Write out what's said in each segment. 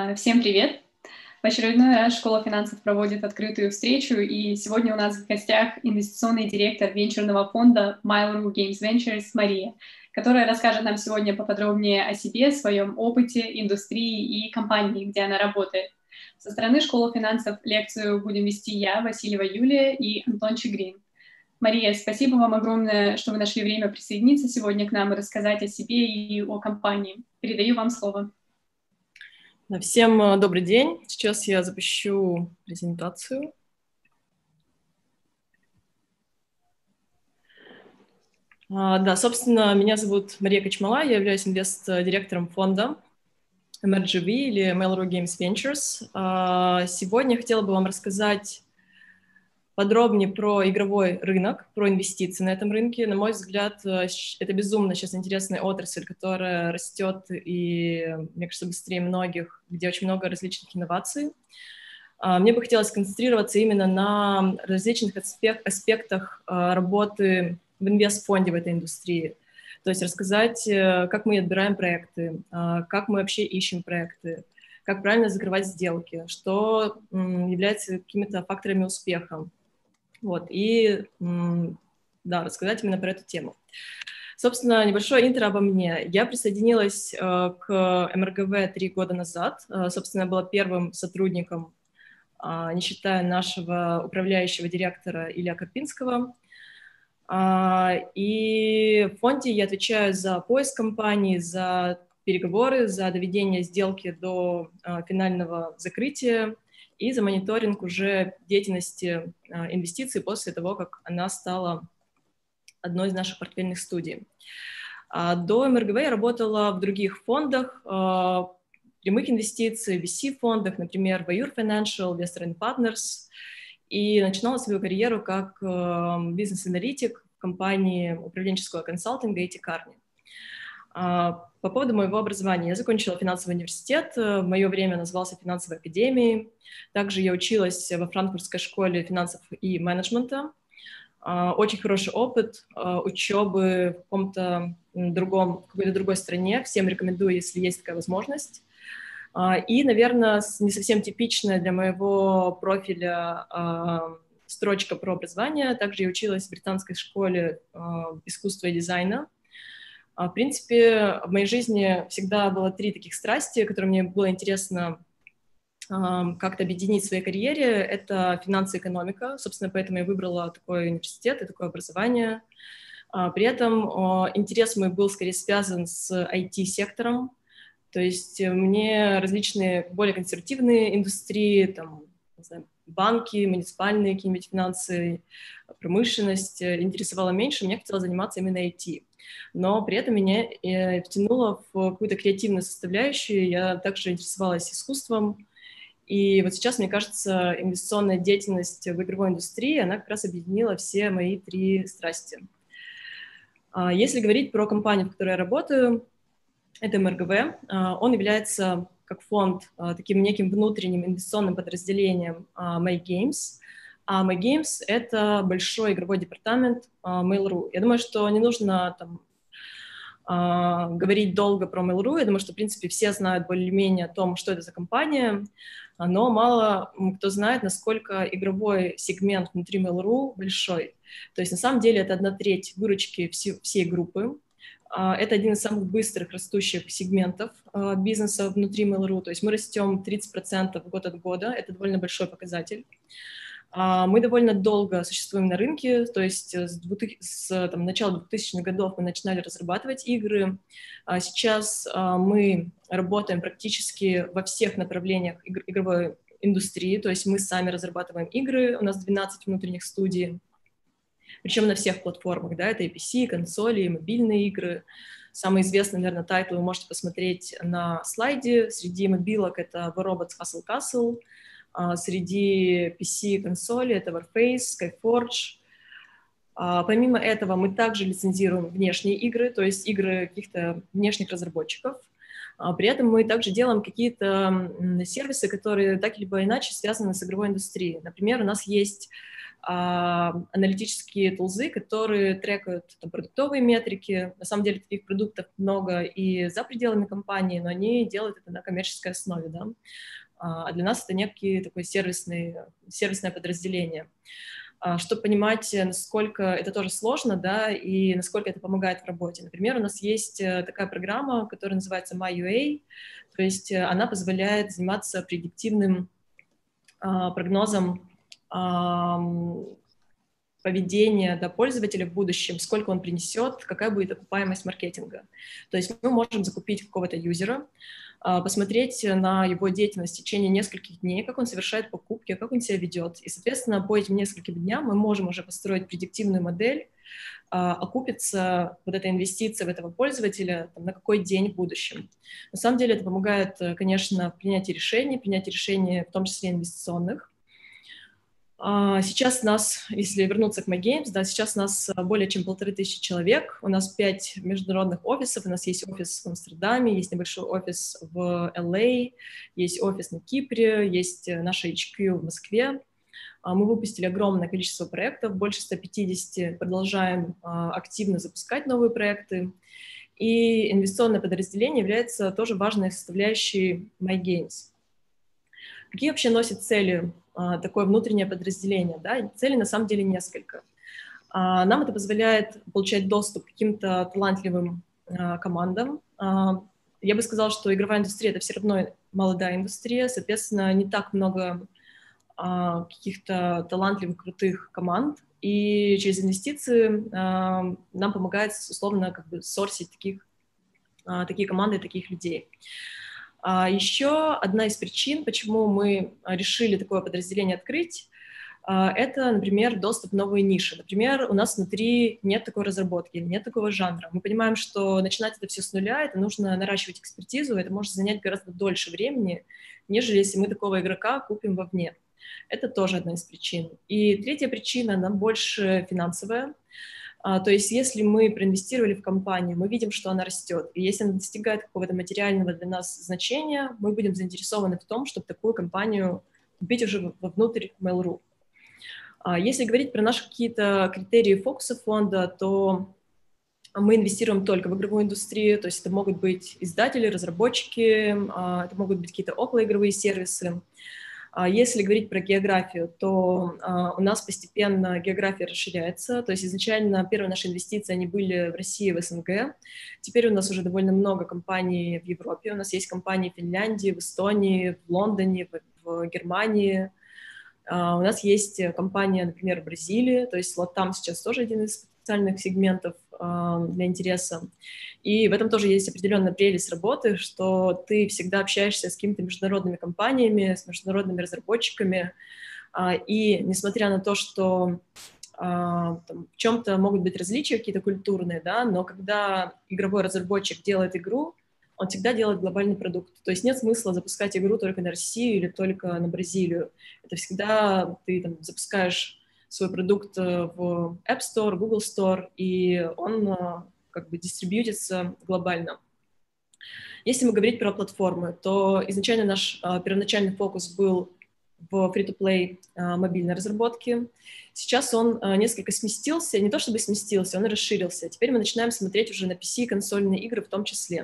Всем привет! В очередной раз Школа финансов проводит открытую встречу, и сегодня у нас в гостях инвестиционный директор венчурного фонда Mail.ru Games Ventures Мария, которая расскажет нам сегодня поподробнее о себе, своем опыте, индустрии и компании, где она работает. Со стороны Школы финансов лекцию будем вести я, Васильева Юлия и Антон Чигрин. Мария, спасибо вам огромное, что вы нашли время присоединиться сегодня к нам и рассказать о себе и о компании. Передаю вам слово. Всем добрый день. Сейчас я запущу презентацию. Да, собственно, меня зовут Мария Кочмала, я являюсь инвест-директором фонда MRGV или Mail.ru Games Ventures. Сегодня я хотела бы вам рассказать подробнее про игровой рынок, про инвестиции на этом рынке. На мой взгляд, это безумно сейчас интересная отрасль, которая растет и, мне кажется, быстрее многих, где очень много различных инноваций. Мне бы хотелось сконцентрироваться именно на различных аспектах работы в инвестфонде в этой индустрии. То есть рассказать, как мы отбираем проекты, как мы вообще ищем проекты, как правильно закрывать сделки, что является какими-то факторами успеха. И рассказать именно про эту тему. Собственно, небольшое интро обо мне. Я присоединилась к МРГВ 3 года назад. Собственно, я была первым сотрудником, не считая нашего управляющего директора Илья Карпинского. И в фонде я отвечаю за поиск компаний, за переговоры, за доведение сделки до финального закрытия и за мониторинг уже деятельности инвестиций после того, как она стала одной из наших портфельных студий. До МРГВ я работала в других фондах, прямых инвестиций, VC-фондах, например, Bayur Financial, Western Partners, и начинала свою карьеру как бизнес-аналитик в компании управленческого консалтинга «Эти Карни». По поводу моего образования. Я закончила финансовый университет, в мое время назывался финансовой академией. Также я училась во Франкфуртской школе финансов и менеджмента. Очень хороший опыт учебы в какой-то другой стране. Всем рекомендую, если есть такая возможность. И, наверное, не совсем типичная для моего профиля строчка про образование. Также я училась в британской школе искусства и дизайна. В принципе, в моей жизни всегда было 3 таких страсти, которые мне было интересно как-то объединить в своей карьере. Это финансы и экономика. Собственно, поэтому я выбрала такой университет и такое образование. При этом интерес мой был скорее связан с IT-сектором. То есть мне различные более консервативные индустрии, там, не знаю, банки, муниципальные какие-нибудь финансы, промышленность интересовала меньше, мне хотелось заниматься именно IT. Но при этом меня втянуло в какую-то креативную составляющую, я также интересовалась искусством, и вот сейчас, мне кажется, инвестиционная деятельность в игровой индустрии, она как раз объединила все мои 3 страсти. Если говорить про компанию, в которой я работаю, это МРГВ. Он является как фонд таким неким внутренним инвестиционным подразделением MyGames. А MyGames — это большой игровой департамент Mail.ru. Я думаю, что не нужно говорить долго про Mail.ru. Я думаю, что, в принципе, все знают более-менее о том, что это за компания, но мало кто знает, насколько игровой сегмент внутри Mail.ru большой. То есть, на самом деле, это 1/3 выручки всей группы. Это один из самых быстрых растущих сегментов бизнеса внутри Mail.ru. То есть мы растем 30% год от года. Это довольно большой показатель. Мы довольно долго существуем на рынке, то есть с начала 2000-х годов мы начинали разрабатывать игры. Сейчас мы работаем практически во всех направлениях игровой индустрии, то есть мы сами разрабатываем игры, у нас 12 внутренних студий, причем на всех платформах, да, это и PC, и консоли, и мобильные игры. Самый известный, наверное, тайтл вы можете посмотреть на слайде. Среди мобилок это War Robots Hustle Castle, среди PC-консолей это Warface, Skyforge. Помимо этого мы также лицензируем внешние игры, то есть игры каких-то внешних разработчиков. При этом мы также делаем какие-то сервисы, которые так или иначе связаны с игровой индустрией. Например, у нас есть аналитические тулзы, которые трекают там продуктовые метрики. На самом деле таких продуктов много и за пределами компании, но они делают это на коммерческой основе, да. А для нас это некие такое сервисное подразделение. Чтобы понимать, насколько это тоже сложно, да, и насколько это помогает в работе. Например, у нас есть такая программа, которая называется MyUA, то есть она позволяет заниматься предиктивным прогнозом поведения, да, пользователя в будущем, сколько он принесет, какая будет окупаемость маркетинга. То есть мы можем закупить какого-то юзера, посмотреть на его деятельность в течение нескольких дней, как он совершает покупки, как он себя ведет. И, соответственно, по этим нескольким дням мы можем уже построить предиктивную модель, окупится вот эта инвестиция в этого пользователя там, на какой день в будущем. На самом деле это помогает, конечно, в принятии решений, в том числе инвестиционных. Сейчас нас, если вернуться к MyGames, да, сейчас нас более чем 1500 человек, у нас 5 международных офисов, у нас есть офис в Амстердаме, есть небольшой офис в LA, есть офис на Кипре, есть наша HQ в Москве. Мы выпустили огромное количество проектов, больше 150, продолжаем активно запускать новые проекты. И инвестиционное подразделение является тоже важной составляющей MyGames. Какие вообще носят цели такое внутреннее подразделение? Да? Целей на самом деле несколько. Нам это позволяет получать доступ к каким-то талантливым командам. Я бы сказала, что игровая индустрия — это все равно молодая индустрия, соответственно, не так много каких-то талантливых, крутых команд, и через инвестиции нам помогает, условно, как бы сорсить такие команды, таких людей. Еще одна из причин, почему мы решили такое подразделение открыть, это, например, доступ в новые ниши. Например, у нас внутри нет такой разработки, нет такого жанра. Мы понимаем, что начинать это все с нуля, это нужно наращивать экспертизу, это может занять гораздо дольше времени, нежели если мы такого игрока купим вовне. Это тоже одна из причин. И третья причина, она больше финансовая. То есть если мы проинвестировали в компанию, мы видим, что она растет, и если она достигает какого-то материального для нас значения, мы будем заинтересованы в том, чтобы такую компанию купить уже вовнутрь Mail.ru. Если говорить про наши какие-то критерии фокуса фонда, то мы инвестируем только в игровую индустрию, то есть это могут быть издатели, разработчики, это могут быть какие-то околоигровые сервисы. Если говорить про географию, то у нас постепенно география расширяется. То есть изначально первые наши инвестиции, они были в России, в СНГ. Теперь у нас уже довольно много компаний в Европе. У нас есть компании в Финляндии, в Эстонии, в Лондоне, в Германии. У нас есть компания, например, в Бразилии. То есть LATAM сейчас тоже один из специальных сегментов для интереса. И в этом тоже есть определенная прелесть работы, что ты всегда общаешься с какими-то международными компаниями, с международными разработчиками, и несмотря на то, что там, в чем-то могут быть различия какие-то культурные, да, но когда игровой разработчик делает игру, он всегда делает глобальный продукт. То есть нет смысла запускать игру только на Россию или только на Бразилию. Это всегда ты там запускаешь свой продукт в App Store, Google Store, и он как бы дистрибьютится глобально. Если мы говорить про платформы, то изначально наш первоначальный фокус был в free-to-play мобильной разработке. Сейчас он несколько сместился, не то чтобы сместился, он расширился. Теперь мы начинаем смотреть уже на PC и консольные игры в том числе.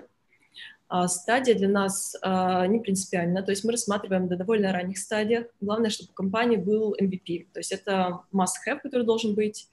Стадия для нас не принципиальна, то есть мы рассматриваем до довольно ранних стадиях. Главное, чтобы у компании был MVP, то есть это must-have, который должен быть,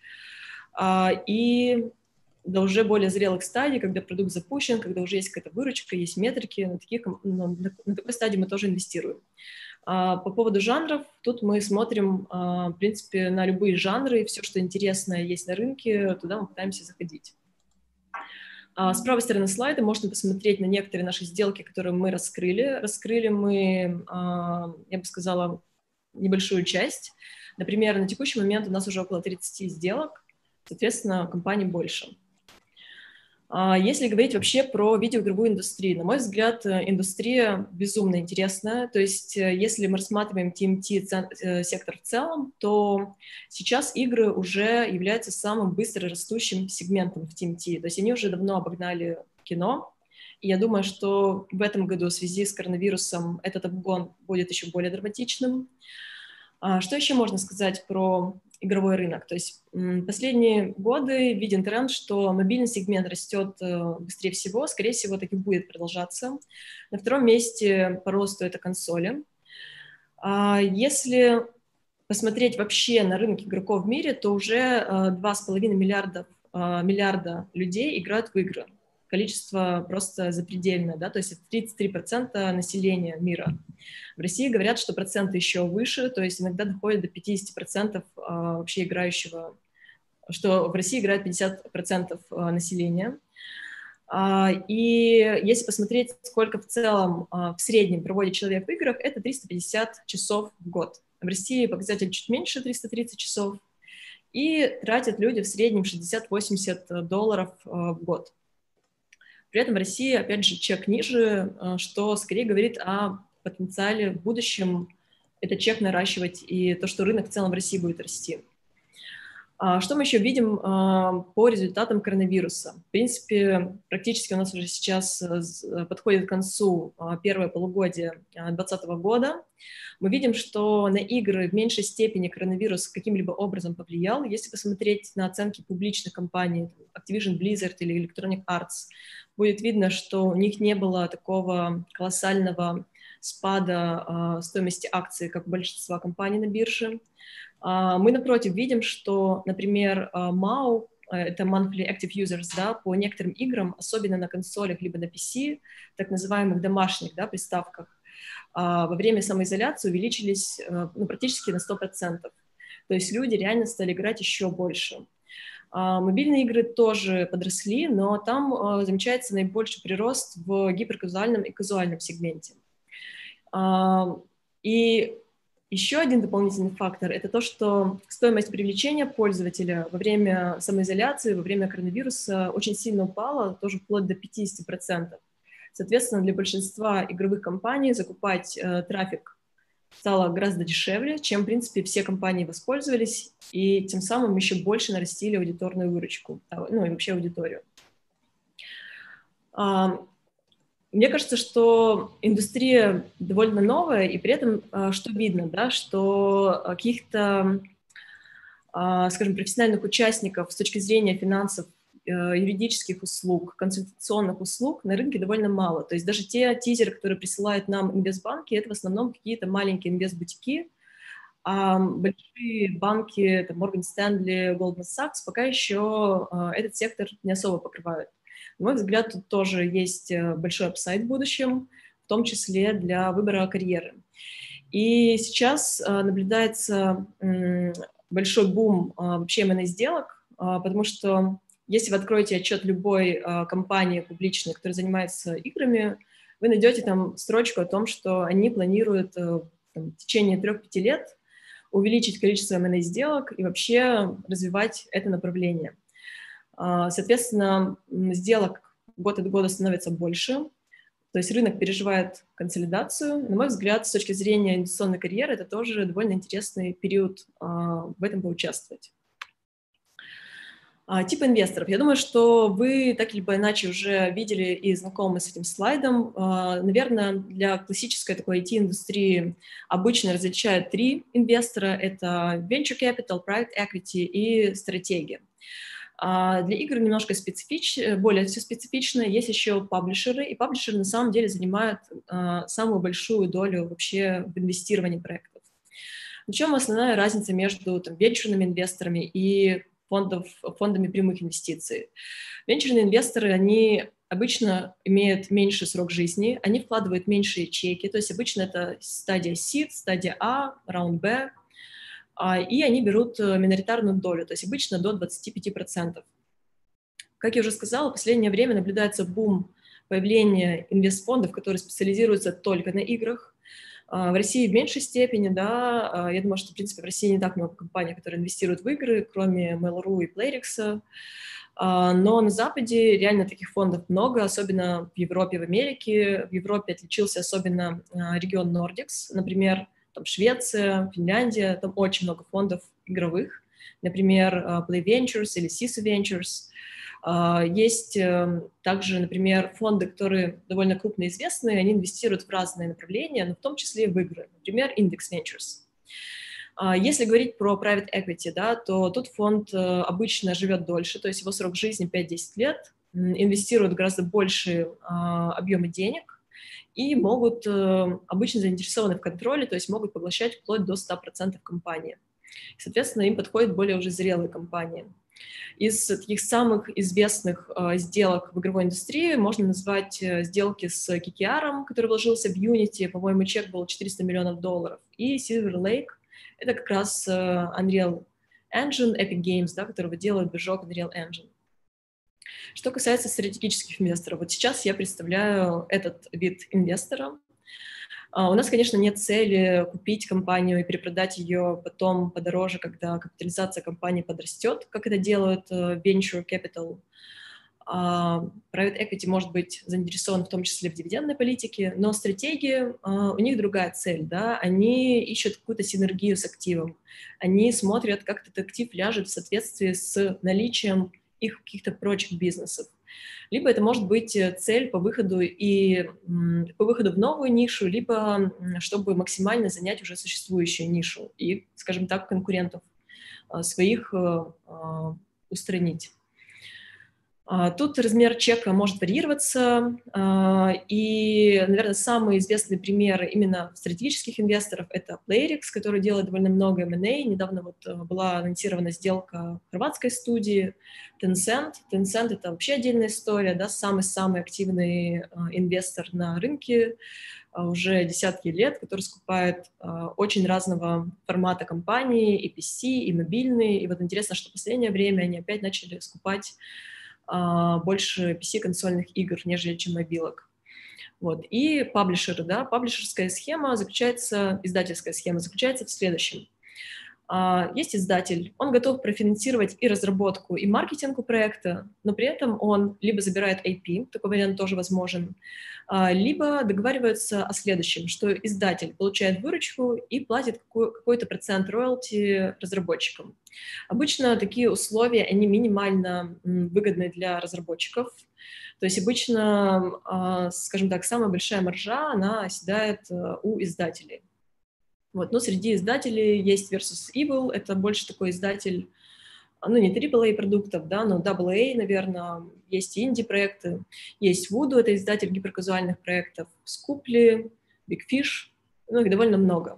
и до уже более зрелых стадий, когда продукт запущен, когда уже есть какая-то выручка, есть метрики, на такой стадии мы тоже инвестируем. По поводу жанров, тут мы смотрим, в принципе, на любые жанры, все, что интересное есть на рынке, туда мы пытаемся заходить. С правой стороны слайда можно посмотреть на некоторые наши сделки, которые мы раскрыли. Раскрыли мы, я бы сказала, небольшую часть. Например, на текущий момент у нас уже около 30 сделок, соответственно, компаний больше. Если говорить вообще про видеоигровую индустрию, на мой взгляд, индустрия безумно интересная. То есть если мы рассматриваем TMT-сектор в целом, то сейчас игры уже являются самым быстро растущим сегментом в TMT. То есть они уже давно обогнали кино, Я думаю, что в этом году в связи с коронавирусом этот обгон будет еще более драматичным. Что еще можно сказать про игровой рынок? То есть последние годы виден тренд, что мобильный сегмент растет быстрее всего, скорее всего, так и будет продолжаться. На втором месте по росту это консоли. Если посмотреть вообще на рынок игроков в мире, то уже 2,5 миллиарда людей играют в игры. Количество просто запредельное, да, то есть это 33% населения мира. В России говорят, что проценты еще выше, то есть иногда доходит до 50% вообще играющего, что в России играет 50% населения. И если посмотреть, сколько в целом в среднем проводит человек в играх, это 350 часов в год. В России показатель чуть меньше, 330 часов, и тратят люди в среднем 60-80 долларов в год. При этом в России, опять же, чек ниже, что скорее говорит о потенциале в будущем этот чек наращивать и то, что рынок в целом в России будет расти. Что мы еще видим по результатам коронавируса? В принципе, практически у нас уже сейчас подходит к концу первое полугодие 2020 года. Мы видим, что на игры в меньшей степени коронавирус каким-либо образом повлиял. Если посмотреть на оценки публичных компаний, Activision Blizzard или Electronic Arts, будет видно, что у них не было такого колоссального спада стоимости акций, как у большинства компаний на бирже. Мы, напротив, видим, что, например, MAU, это Monthly Active Users, да, по некоторым играм, особенно на консолях либо на PC, так называемых домашних, да, приставках, во время самоизоляции увеличились практически на 100%. То есть люди реально стали играть еще больше. Мобильные игры тоже подросли, но там замечается наибольший прирост в гиперказуальном и казуальном сегменте. И еще один дополнительный фактор – это то, что стоимость привлечения пользователя во время самоизоляции, во время коронавируса очень сильно упала, тоже вплоть до 50%. Соответственно, для большинства игровых компаний закупать трафик стало гораздо дешевле, чем, в принципе, все компании воспользовались, и тем самым еще больше нарастили аудиторную выручку, ну и вообще аудиторию. Мне кажется, что индустрия довольно новая, и при этом, что видно, да, что каких-то, скажем, профессиональных участников с точки зрения финансов, юридических услуг, консультационных услуг на рынке довольно мало. То есть даже те тизеры, которые присылают нам инвестбанки, это в основном какие-то маленькие инвестбутики, а большие банки, это Morgan Stanley, Goldman Sachs, пока еще этот сектор не особо покрывают. На мой взгляд, тут тоже есть большой апсайд в будущем, в том числе для выбора карьеры. И сейчас наблюдается большой бум вообще M&A сделок, потому что если вы откроете отчет любой компании публичной, которая занимается играми, вы найдете там строчку о том, что они планируют в течение 3-5 лет увеличить количество M&A сделок и вообще развивать это направление. Соответственно, сделок год от года становится больше, то есть рынок переживает консолидацию. На мой взгляд, с точки зрения инвестиционной карьеры, это тоже довольно интересный период в этом поучаствовать. Тип инвесторов. Я думаю, что вы так либо иначе уже видели и знакомы с этим слайдом. Наверное, для классической такой IT-индустрии обычно различают 3 инвестора. Это venture capital, private equity и стратегия. Для игр немножко более все специфично. Есть еще паблишеры, и паблишеры на самом деле занимают самую большую долю вообще в инвестировании проектов. В чем основная разница между венчурными инвесторами и фондами прямых инвестиций? Венчурные инвесторы, они обычно имеют меньший срок жизни, они вкладывают меньшие чеки, то есть обычно это стадия seed, стадия А, раунд Б, и они берут миноритарную долю, то есть обычно до 25%. Как я уже сказала, в последнее время наблюдается бум появления инвестфондов, которые специализируются только на играх. В России в меньшей степени, да, я думаю, что, в принципе, в России не так много компаний, которые инвестируют в игры, кроме Mail.ru и Playrix, но на Западе реально таких фондов много, особенно в Европе, в Америке. В Европе отличился особенно регион Nordics, например, там Швеция, Финляндия, там очень много фондов игровых, например, Play Ventures или Sisu Ventures. Есть также, например, фонды, которые довольно крупно известные, они инвестируют в разные направления, но в том числе и в игры. Например, Index Ventures. Если говорить про private equity, да, то тут фонд обычно живет дольше, то есть его срок жизни 5-10 лет, инвестируют гораздо большие объемы денег и могут обычно заинтересованы в контроле, то есть могут поглощать вплоть до 100% компании. Соответственно, им подходят более уже зрелые компании. Из таких самых известных сделок в игровой индустрии можно назвать сделки с KKR, который вложился в Unity, по-моему, чек был $400 миллионов, и Silver Lake, это как раз Unreal Engine, Epic Games, да, которого делает движок Unreal Engine. Что касается стратегических инвесторов, вот сейчас я представляю этот вид инвестора. У нас, конечно, нет цели купить компанию и перепродать ее потом подороже, когда капитализация компании подрастет, как это делают Venture Capital. Private Equity может быть заинтересован в том числе в дивидендной политике, но стратегии, у них другая цель, да, они ищут какую-то синергию с активом, они смотрят, как этот актив ляжет в соответствии с наличием их каких-то прочих бизнесов. Либо это может быть цель по выходу в новую нишу, либо чтобы максимально занять уже существующую нишу и, скажем так, конкурентов своих устранить. Тут размер чека может варьироваться, и, наверное, самые известные примеры именно стратегических инвесторов — это Playrix, который делает довольно много M&A. Недавно вот была анонсирована сделка хорватской студии, Tencent. Tencent — это вообще отдельная история, да, самый-самый активный инвестор на рынке уже десятки лет, который скупает очень разного формата компании, и PC, и мобильные. И вот интересно, что в последнее время они опять начали скупать больше PC-консольных игр, нежели чем мобилок. Вот. И паблишеры, да, издательская схема заключается в следующем. Есть издатель, он готов профинансировать и разработку, и маркетинг у проекта, но при этом он либо забирает IP, такой вариант тоже возможен, либо договаривается о следующем, что издатель получает выручку и платит какой-то процент роялти разработчикам. Обычно такие условия, они минимально выгодны для разработчиков, то есть обычно, скажем так, самая большая маржа, она оседает у издателей. Вот. Но среди издателей есть Versus Evil, это больше такой издатель, ну, не AAA продуктов, да, но AA, наверное, есть и инди-проекты, есть Voodoo, это издатель гиперказуальных проектов, Scopely, Big Fish, ну, их довольно много.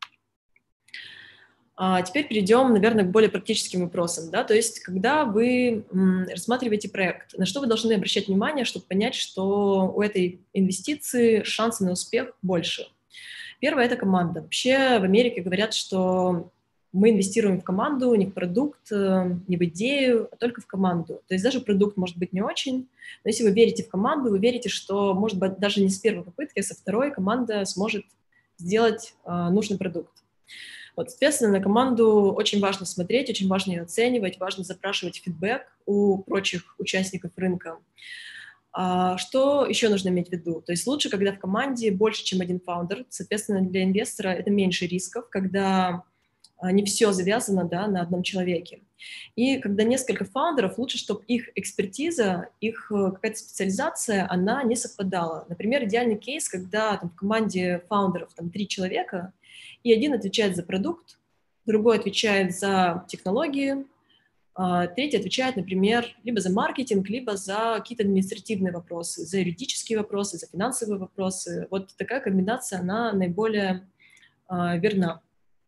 Теперь перейдем, наверное, к более практическим вопросам, да, то есть когда вы рассматриваете проект, на что вы должны обращать внимание, чтобы понять, что у этой инвестиции шансы на успех больше. Первое — это команда. Вообще в Америке говорят, что мы инвестируем в команду, не в продукт, не в идею, а только в команду. То есть даже продукт может быть не очень, но если вы верите в команду, вы верите, что, может быть, даже не с первой попытки, а со второй команда сможет сделать нужный продукт. Вот, соответственно, на команду очень важно смотреть, очень важно ее оценивать, важно запрашивать фидбэк у прочих участников рынка. Что еще нужно иметь в виду? То есть лучше, когда в команде больше, чем один фаундер. Соответственно, для инвестора это меньше рисков, когда не все завязано, да, на одном человеке. И когда несколько фаундеров, лучше, чтобы их экспертиза, их какая-то специализация, она не совпадала. Например, идеальный кейс, когда там, в команде фаундеров 3 человека, и один отвечает за продукт, другой отвечает за технологии, третий отвечает, например, либо за маркетинг, либо за какие-то административные вопросы, за юридические вопросы, за финансовые вопросы. Вот такая комбинация, она наиболее верна.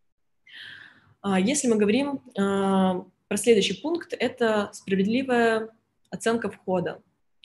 Если мы говорим про следующий пункт, это справедливая оценка входа.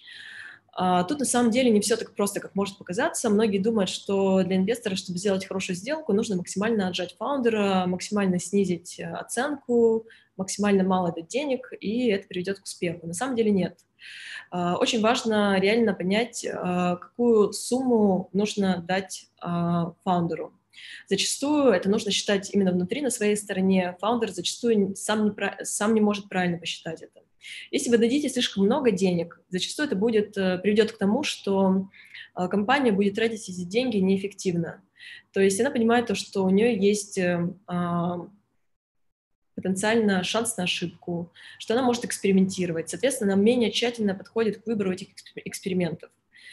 Тут на самом деле не все так просто, как может показаться. Многие думают, что для инвестора, чтобы сделать хорошую сделку, нужно максимально отжать фаундера, максимально снизить оценку, максимально мало дать денег, и это приведет к успеху. На самом деле нет. Очень важно реально понять, какую сумму нужно дать фаундеру. Зачастую это нужно считать именно внутри, на своей стороне. Фаундер зачастую сам не может правильно посчитать это. Если вы дадите слишком много денег, зачастую это приведет к тому, что компания будет тратить эти деньги неэффективно. То есть она понимает то, что у нее есть потенциально шанс на ошибку, что она может экспериментировать. Соответственно, она менее тщательно подходит к выбору этих экспериментов.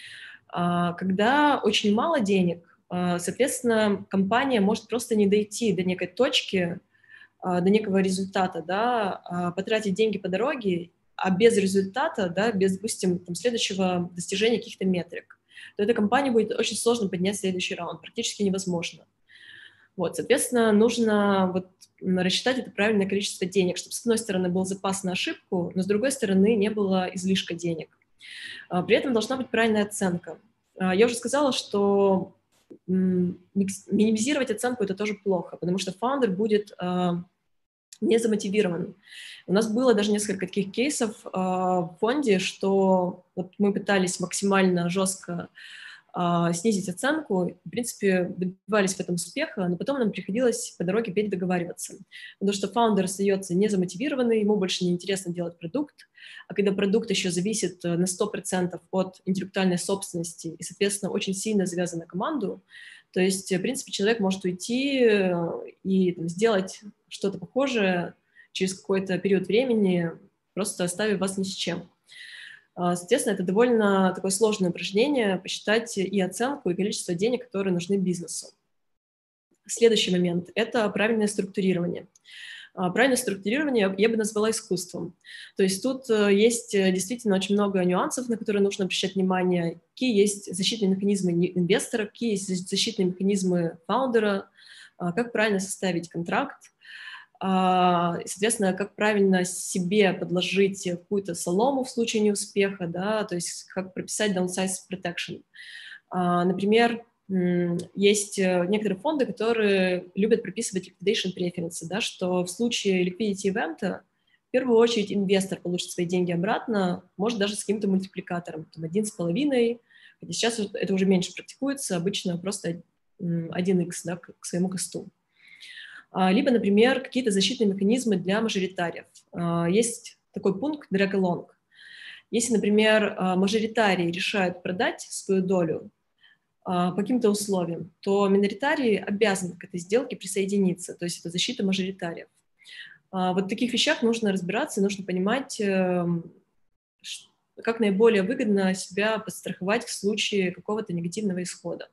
Когда очень мало денег, соответственно, компания может просто не дойти до некой точки, до некого результата, да, потратить деньги по дороге, а без результата, да, без, допустим, там, следующего достижения каких-то метрик, то этой компании будет очень сложно поднять следующий раунд, практически невозможно. Вот, соответственно, нужно вот рассчитать это правильное количество денег, чтобы, с одной стороны, был запас на ошибку, но, с другой стороны, не было излишка денег. При этом должна быть правильная оценка. Я уже сказала, что минимизировать оценку — это тоже плохо, потому что фаундер будет не замотивирован. У нас было даже несколько таких кейсов в фонде, что вот мы пытались максимально жестко снизить оценку, в принципе, добивались в этом успеха, но потом нам приходилось по дороге передоговариваться, потому что фаундер остается незамотивированный, ему больше не интересно делать продукт, а когда продукт еще зависит на 100% от интеллектуальной собственности и, соответственно, очень сильно завязан на команду, то есть, в принципе, человек может уйти и там, сделать что-то похожее через какой-то период времени, просто оставив вас ни с чем. Соответственно, это довольно такое сложное упражнение — посчитать и оценку, и количество денег, которые нужны бизнесу. Следующий момент — это правильное структурирование. Правильное структурирование я бы назвала искусством. То есть тут есть действительно очень много нюансов, на которые нужно обращать внимание. Какие есть защитные механизмы инвестора, какие есть защитные механизмы фаундера, как правильно составить контракт, соответственно, как правильно себе подложить какую-то солому в случае неуспеха, да, то есть как прописать downside protection. Например, есть некоторые фонды, которые любят прописывать liquidation preference, да, что в случае liquidity event в первую очередь инвестор получит свои деньги обратно, может даже с каким-то мультипликатором, там 1,5, хотя сейчас это уже меньше практикуется, обычно просто 1x, да, к своему косту. Либо, например, какие-то защитные механизмы для мажоритариев. Есть такой пункт drag along. Если, например, мажоритарии решают продать свою долю по каким-то условиям, то миноритарии обязаны к этой сделке присоединиться, то есть это защита мажоритариев. Вот в таких вещах нужно разбираться, нужно понимать, как наиболее выгодно себя подстраховать в случае какого-то негативного исхода.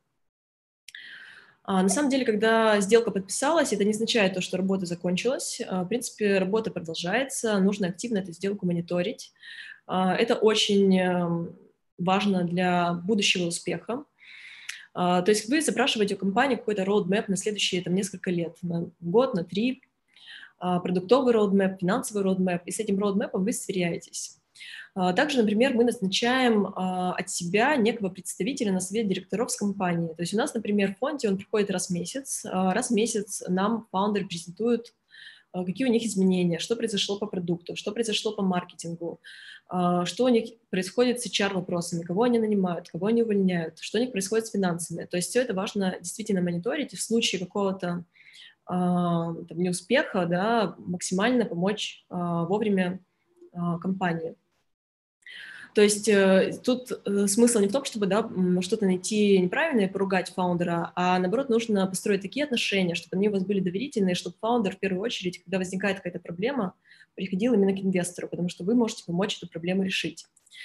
На самом деле, когда сделка подписалась, это не означает то, что работа закончилась. В принципе, работа продолжается, нужно активно эту сделку мониторить. Это очень важно для будущего успеха. То есть вы запрашиваете у компании какой-то roadmap на следующие там, несколько лет, на год, на 3, продуктовый roadmap, финансовый roadmap, и с этим roadmap вы сверяетесь. Также, например, мы назначаем от себя некого представителя на совет директоров с компании. То есть у нас, например, в фонде он приходит раз в месяц. Раз в месяц нам фаундеры презентуют, какие у них изменения, что произошло по продукту, что произошло по маркетингу, что у них происходит с HR-вопросами, кого они нанимают, кого они увольняют, что у них происходит с финансами. То есть все это важно действительно мониторить и в случае какого-то там, неуспеха, да, максимально помочь вовремя компании. То есть тут смысл не в том, чтобы что-то найти неправильное и поругать фаундера, а наоборот нужно построить такие отношения, чтобы они у вас были доверительные, чтобы фаундер в первую очередь, когда возникает какая-то проблема, приходил именно к инвестору, потому что вы можете помочь эту проблему решить.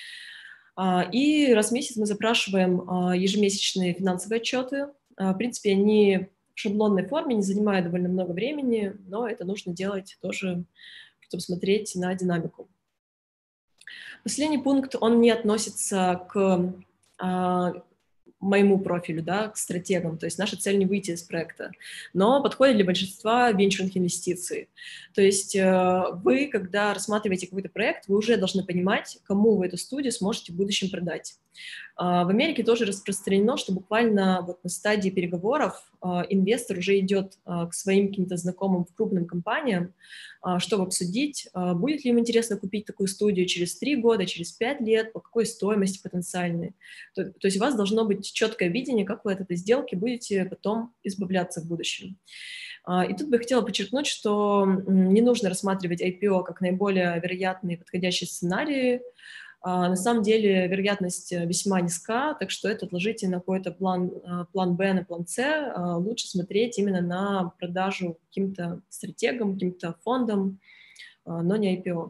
И раз в месяц мы запрашиваем ежемесячные финансовые отчеты. В принципе, они в шаблонной форме, не занимают довольно много времени, но это нужно делать тоже, чтобы смотреть на динамику. Последний пункт, он не относится к моему профилю, да, к стратегам, то есть наша цель не выйти из проекта, но подходит для большинства венчурных инвестиций. То есть вы, когда рассматриваете какой-то проект, вы уже должны понимать, кому вы эту студию сможете в будущем продать. В Америке тоже распространено, что буквально вот на стадии переговоров инвестор уже идет к своим каким-то знакомым в крупным компаниям, чтобы обсудить, будет ли им интересно купить такую студию через 3 года, через 5 лет, по какой стоимости потенциальной. То есть у вас должно быть четкое видение, как вы от этой сделки будете потом избавляться в будущем. И тут бы я хотела подчеркнуть, что не нужно рассматривать IPO как наиболее вероятные подходящие сценарии. На самом деле вероятность весьма низка, так что это отложите на какой-то план Б, на план С. Лучше смотреть именно на продажу каким-то стратегам, каким-то фондам, но не IPO.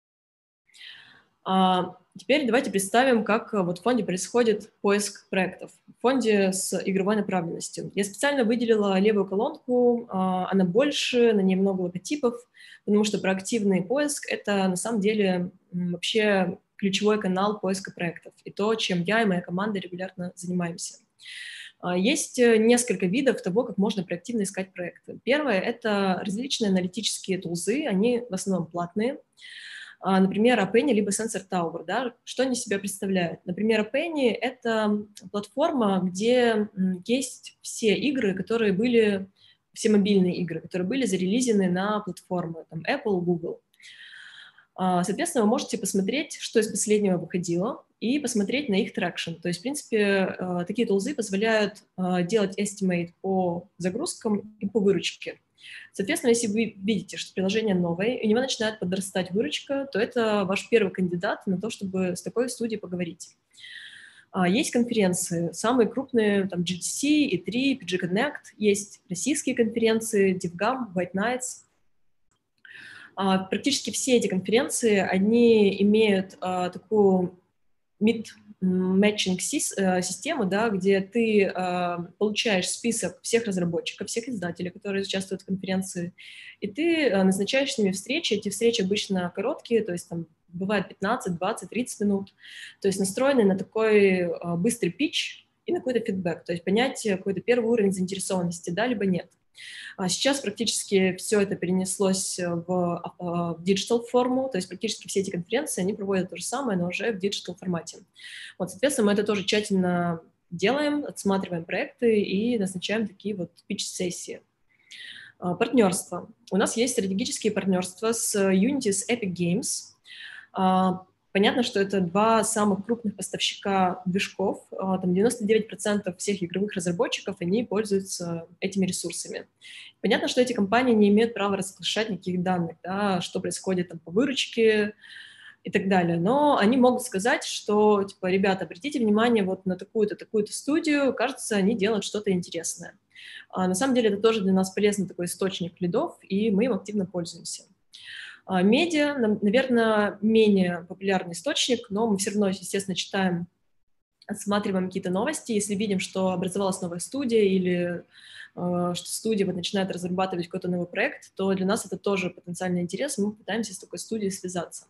Теперь давайте представим, как вот в фонде происходит поиск проектов. В фонде с игровой направленностью. Я специально выделила левую колонку, она больше, на ней много логотипов, потому что проактивный поиск — это на самом деле вообще ключевой канал поиска проектов, и то, чем я и моя команда регулярно занимаемся. Есть несколько видов того, как можно проактивно искать проекты. Первое — это различные аналитические тулзы, они в основном платные. Например, Apenny либо Sensor Tower, да, что они себя представляют? Например, Apenny — это платформа, где есть все игры, которые были, все мобильные игры, которые были зарелизены на платформы, там, Apple, Google. Соответственно, вы можете посмотреть, что из последнего выходило, и посмотреть на их трекшн. То есть, в принципе, такие тулзы позволяют делать estimate по загрузкам и по выручке. Соответственно, если вы видите, что приложение новое, и у него начинает подрастать выручка, то это ваш первый кандидат на то, чтобы с такой студией поговорить. Есть конференции, самые крупные, там, GDC, E3, PG Connect, есть российские конференции, DevGam, White Nights. Практически все эти конференции, они имеют такую mid-matching систему, да, где ты получаешь список всех разработчиков, всех издателей, которые участвуют в конференции, и ты назначаешь с ними встречи. Эти встречи обычно короткие, то есть там бывает 15, 20, 30 минут, то есть настроены на такой быстрый питч и на какой-то фидбэк, то есть понять какой-то первый уровень заинтересованности, да, либо нет. Сейчас практически все это перенеслось в диджитал форму, то есть практически все эти конференции, они проводят то же самое, но уже в диджитал формате. Вот, соответственно, мы это тоже тщательно делаем, отсматриваем проекты и назначаем такие вот питч-сессии. Партнерство. У нас есть стратегические партнерства с Unity, с Epic Games. Понятно, что это два самых крупных поставщика движков. Там 99% всех игровых разработчиков, они пользуются этими ресурсами. Понятно, что эти компании не имеют права разглашать никаких данных, да, что происходит там по выручке и так далее. Но они могут сказать, что, типа, ребята, обратите внимание вот на такую-то, такую-то студию, кажется, они делают что-то интересное. На самом деле это тоже для нас полезный такой источник лидов, и мы им активно пользуемся. Медиа, наверное, менее популярный источник, но мы все равно, естественно, читаем, отсматриваем какие-то новости. Если видим, что образовалась новая студия или что студия вот начинает разрабатывать какой-то новый проект, то для нас это тоже потенциальный интерес, мы пытаемся с такой студией связаться.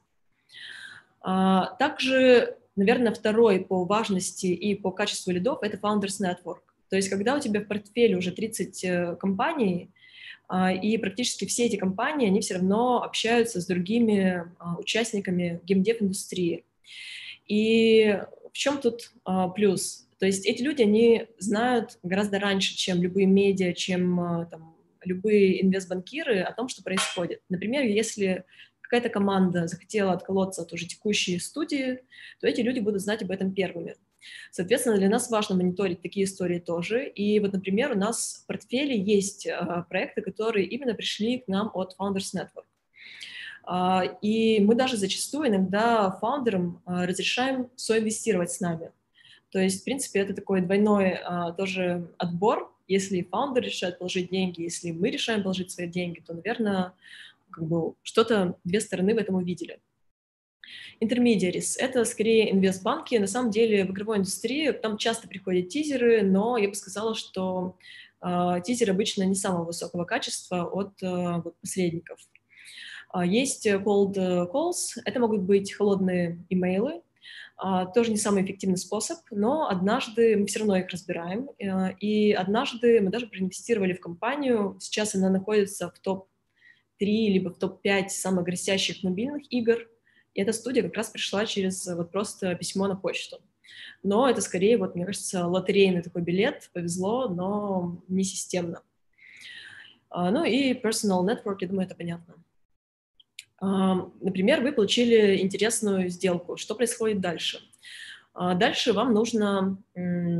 Также, наверное, второй по важности и по качеству лидов — это Founders Network. То есть когда у тебя в портфеле уже 30 компаний, и практически все эти компании, они все равно общаются с другими участниками геймдев-индустрии. И в чем тут плюс? То есть эти люди, они знают гораздо раньше, чем любые медиа, чем там, любые инвестбанкиры о том, что происходит. Например, если какая-то команда захотела отколоться от уже текущей студии, то эти люди будут знать об этом первыми. Соответственно, для нас важно мониторить такие истории тоже. И вот, например, у нас в портфеле есть проекты, которые именно пришли к нам от Founders Network. И мы даже зачастую иногда фаундерам разрешаем соинвестировать с нами. То есть, в принципе, это такой двойной тоже отбор. Если фаундер решает положить деньги, если мы решаем положить свои деньги, то, наверное, как бы что-то две стороны в этом увидели. Intermediaries — это скорее инвестбанки. На самом деле в игровой индустрии там часто приходят тизеры, но я бы сказала, что тизеры обычно не самого высокого качества от вот, посредников. Есть cold calls, это могут быть холодные имейлы, тоже не самый эффективный способ, но однажды мы все равно их разбираем, и однажды мы даже проинвестировали в компанию, сейчас она находится в топ-3 либо в топ-5 самых грозящих мобильных игр, и эта студия как раз пришла через вот просто письмо на почту. Но это скорее, вот, мне кажется, лотерейный такой билет, повезло, но не системно. Ну и personal network, я думаю, это понятно. Например, вы получили интересную сделку. Что происходит дальше? Дальше вам нужно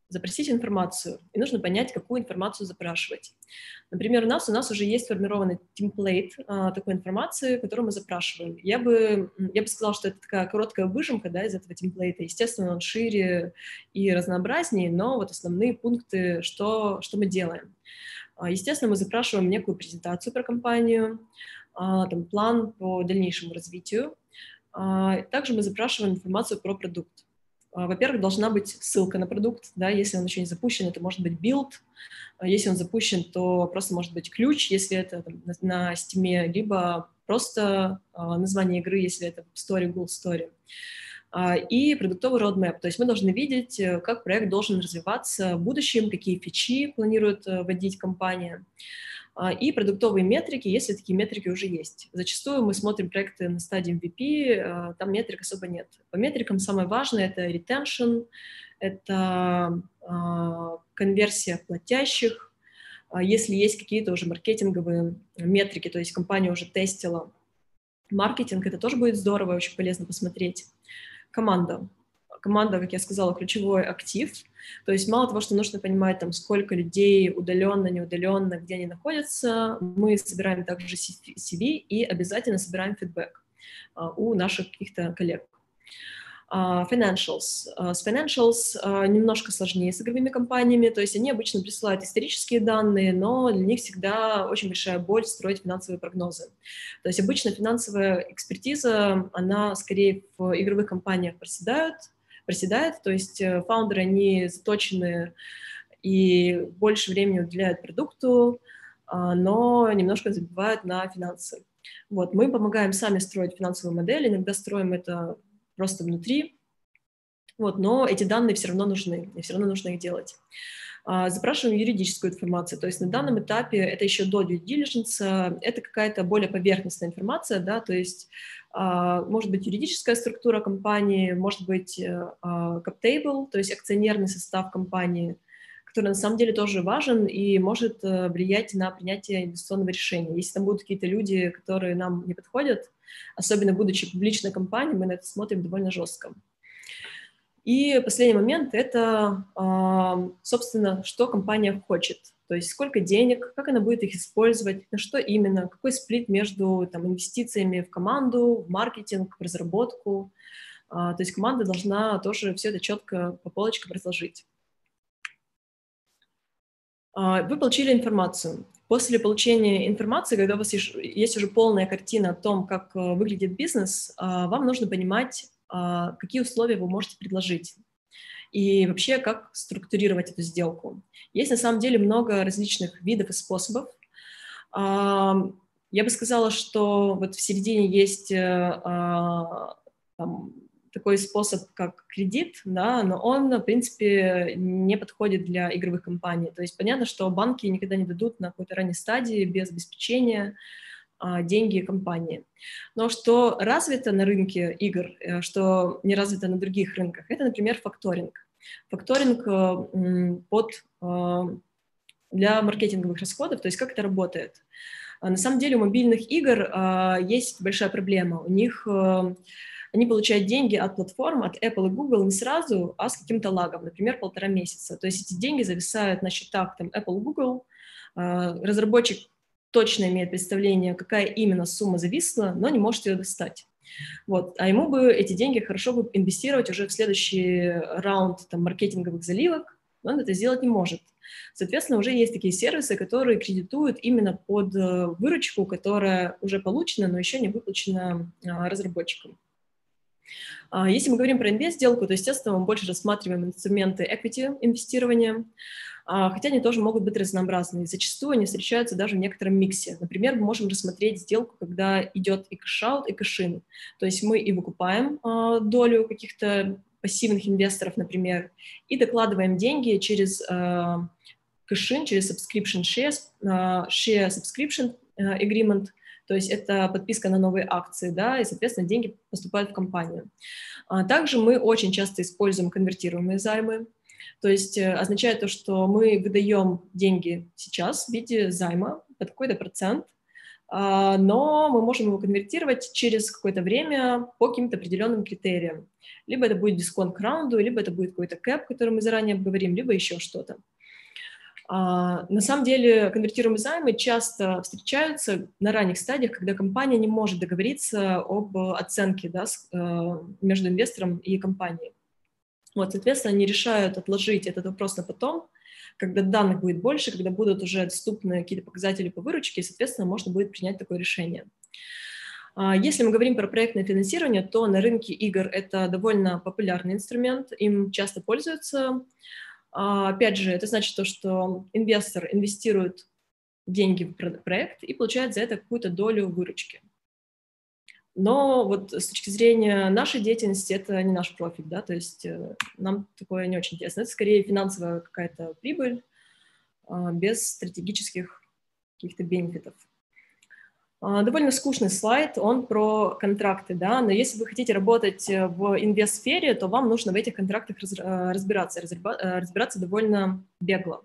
запросить информацию, и нужно понять, какую информацию запрашивать. Например, у нас уже есть сформированный темплейт такой информации, которую мы запрашиваем. Я бы сказала, что это такая короткая выжимка, да, из этого темплейта. Естественно, он шире и разнообразнее, но вот основные пункты, что мы делаем. Естественно, мы запрашиваем некую презентацию про компанию, там, план по дальнейшему развитию. Также мы запрашиваем информацию про продукт. Во-первых, должна быть ссылка на продукт, да, если он еще не запущен, это может быть билд, если он запущен, то просто может быть ключ, если это там, на Steam, либо просто название игры, если это Story, Google Story. И продуктовый roadmap, то есть мы должны видеть, как проект должен развиваться в будущем, какие фичи планирует вводить компания, и продуктовые метрики, если такие метрики уже есть. Зачастую мы смотрим проекты на стадии MVP, там метрик особо нет. По метрикам самое важное — это retention, это конверсия платящих, если есть какие-то уже маркетинговые метрики, то есть компания уже тестила маркетинг, это тоже будет здорово, очень полезно посмотреть. Команда, как я сказала, ключевой актив. То есть мало того, что нужно понимать, там, сколько людей удаленно, неудаленно, где они находятся, мы собираем также CV и обязательно собираем фидбэк у наших каких-то коллег. Financials. С financials немножко сложнее с игровыми компаниями, то есть они обычно присылают исторические данные, но для них всегда очень большая боль строить финансовые прогнозы. То есть обычно финансовая экспертиза, она скорее в игровых компаниях проседает, то есть фаундеры, они заточены и больше времени уделяют продукту, но немножко забивают на финансы. Вот, мы помогаем сами строить финансовую модель, иногда строим это просто внутри, вот, но эти данные все равно нужны, и все равно нужно их делать. Запрашиваем юридическую информацию, то есть на данном этапе, это еще до due diligence, это какая-то более поверхностная информация, да, то есть может быть юридическая структура компании, может быть cap table, то есть акционерный состав компании, который на самом деле тоже важен и может влиять на принятие инвестиционного решения. Если там будут какие-то люди, которые нам не подходят, особенно будучи публичной компанией, мы на это смотрим довольно жестко. И последний момент — это, собственно, что компания хочет. То есть сколько денег, как она будет их использовать, на что именно, какой сплит между там, инвестициями в команду, в маркетинг, в разработку. То есть команда должна тоже все это четко по полочкам разложить. Вы получили информацию. После получения информации, когда у вас есть уже полная картина о том, как выглядит бизнес, вам нужно понимать, какие условия вы можете предложить и вообще как структурировать эту сделку. Есть на самом деле много различных видов и способов. Я бы сказала, что вот в середине есть там, такой способ, как кредит, да, но он, в принципе, не подходит для игровых компаний. То есть понятно, что банки никогда не дадут на какой-то ранней стадии без обеспечения деньги компании. Но что развито на рынке игр, что не развито на других рынках, это, например, факторинг. Факторинг для маркетинговых расходов, то есть как это работает. На самом деле у мобильных игр есть большая проблема. У них они получают деньги от платформ, от Apple и Google не сразу, а с каким-то лагом, например, 1,5 месяца. То есть эти деньги зависают на счетах там, Apple и Google. Разработчик точно имеет представление, какая именно сумма зависла, но не может ее достать. Вот. А ему бы эти деньги хорошо бы инвестировать уже в следующий раунд там, маркетинговых заливок, но он это сделать не может. Соответственно, уже есть такие сервисы, которые кредитуют именно под выручку, которая уже получена, но еще не выплачена разработчикам. Если мы говорим про инвест-сделку, то, естественно, мы больше рассматриваем инструменты equity инвестирования, хотя они тоже могут быть разнообразны. Зачастую они встречаются даже в некотором миксе. Например, мы можем рассмотреть сделку, когда идет и кэш-аут, и кэш-ин. То есть мы и выкупаем долю каких-то пассивных инвесторов, например, и докладываем деньги через кэш-ин, через subscription share subscription agreement, то есть это подписка на новые акции, да, и, соответственно, деньги поступают в компанию. Также мы очень часто используем конвертируемые займы, то есть означает то, что мы выдаем деньги сейчас в виде займа под какой-то процент, но мы можем его конвертировать через какое-то время по каким-то определенным критериям. Либо это будет дисконт к раунду, либо это будет какой-то кэп, который мы заранее обговорим, либо еще что-то. На самом деле конвертируемые займы часто встречаются на ранних стадиях, когда компания не может договориться об оценке, да, между инвестором и компанией. Вот, соответственно, они решают отложить этот вопрос на потом, когда данных будет больше, когда будут уже доступны какие-то показатели по выручке, и, соответственно, можно будет принять такое решение. Если мы говорим про проектное финансирование, то на рынке игр это довольно популярный инструмент, им часто пользуются. Опять же, это значит то, что инвестор инвестирует деньги в проект и получает за это какую-то долю выручки. Но вот с точки зрения нашей деятельности это не наш профиль, да, то есть нам такое не очень интересно. Это скорее финансовая какая-то прибыль без стратегических каких-то бенефитов. Довольно скучный слайд, он про контракты, да, но если вы хотите работать в инвест-сфере, то вам нужно в этих контрактах разбираться довольно бегло.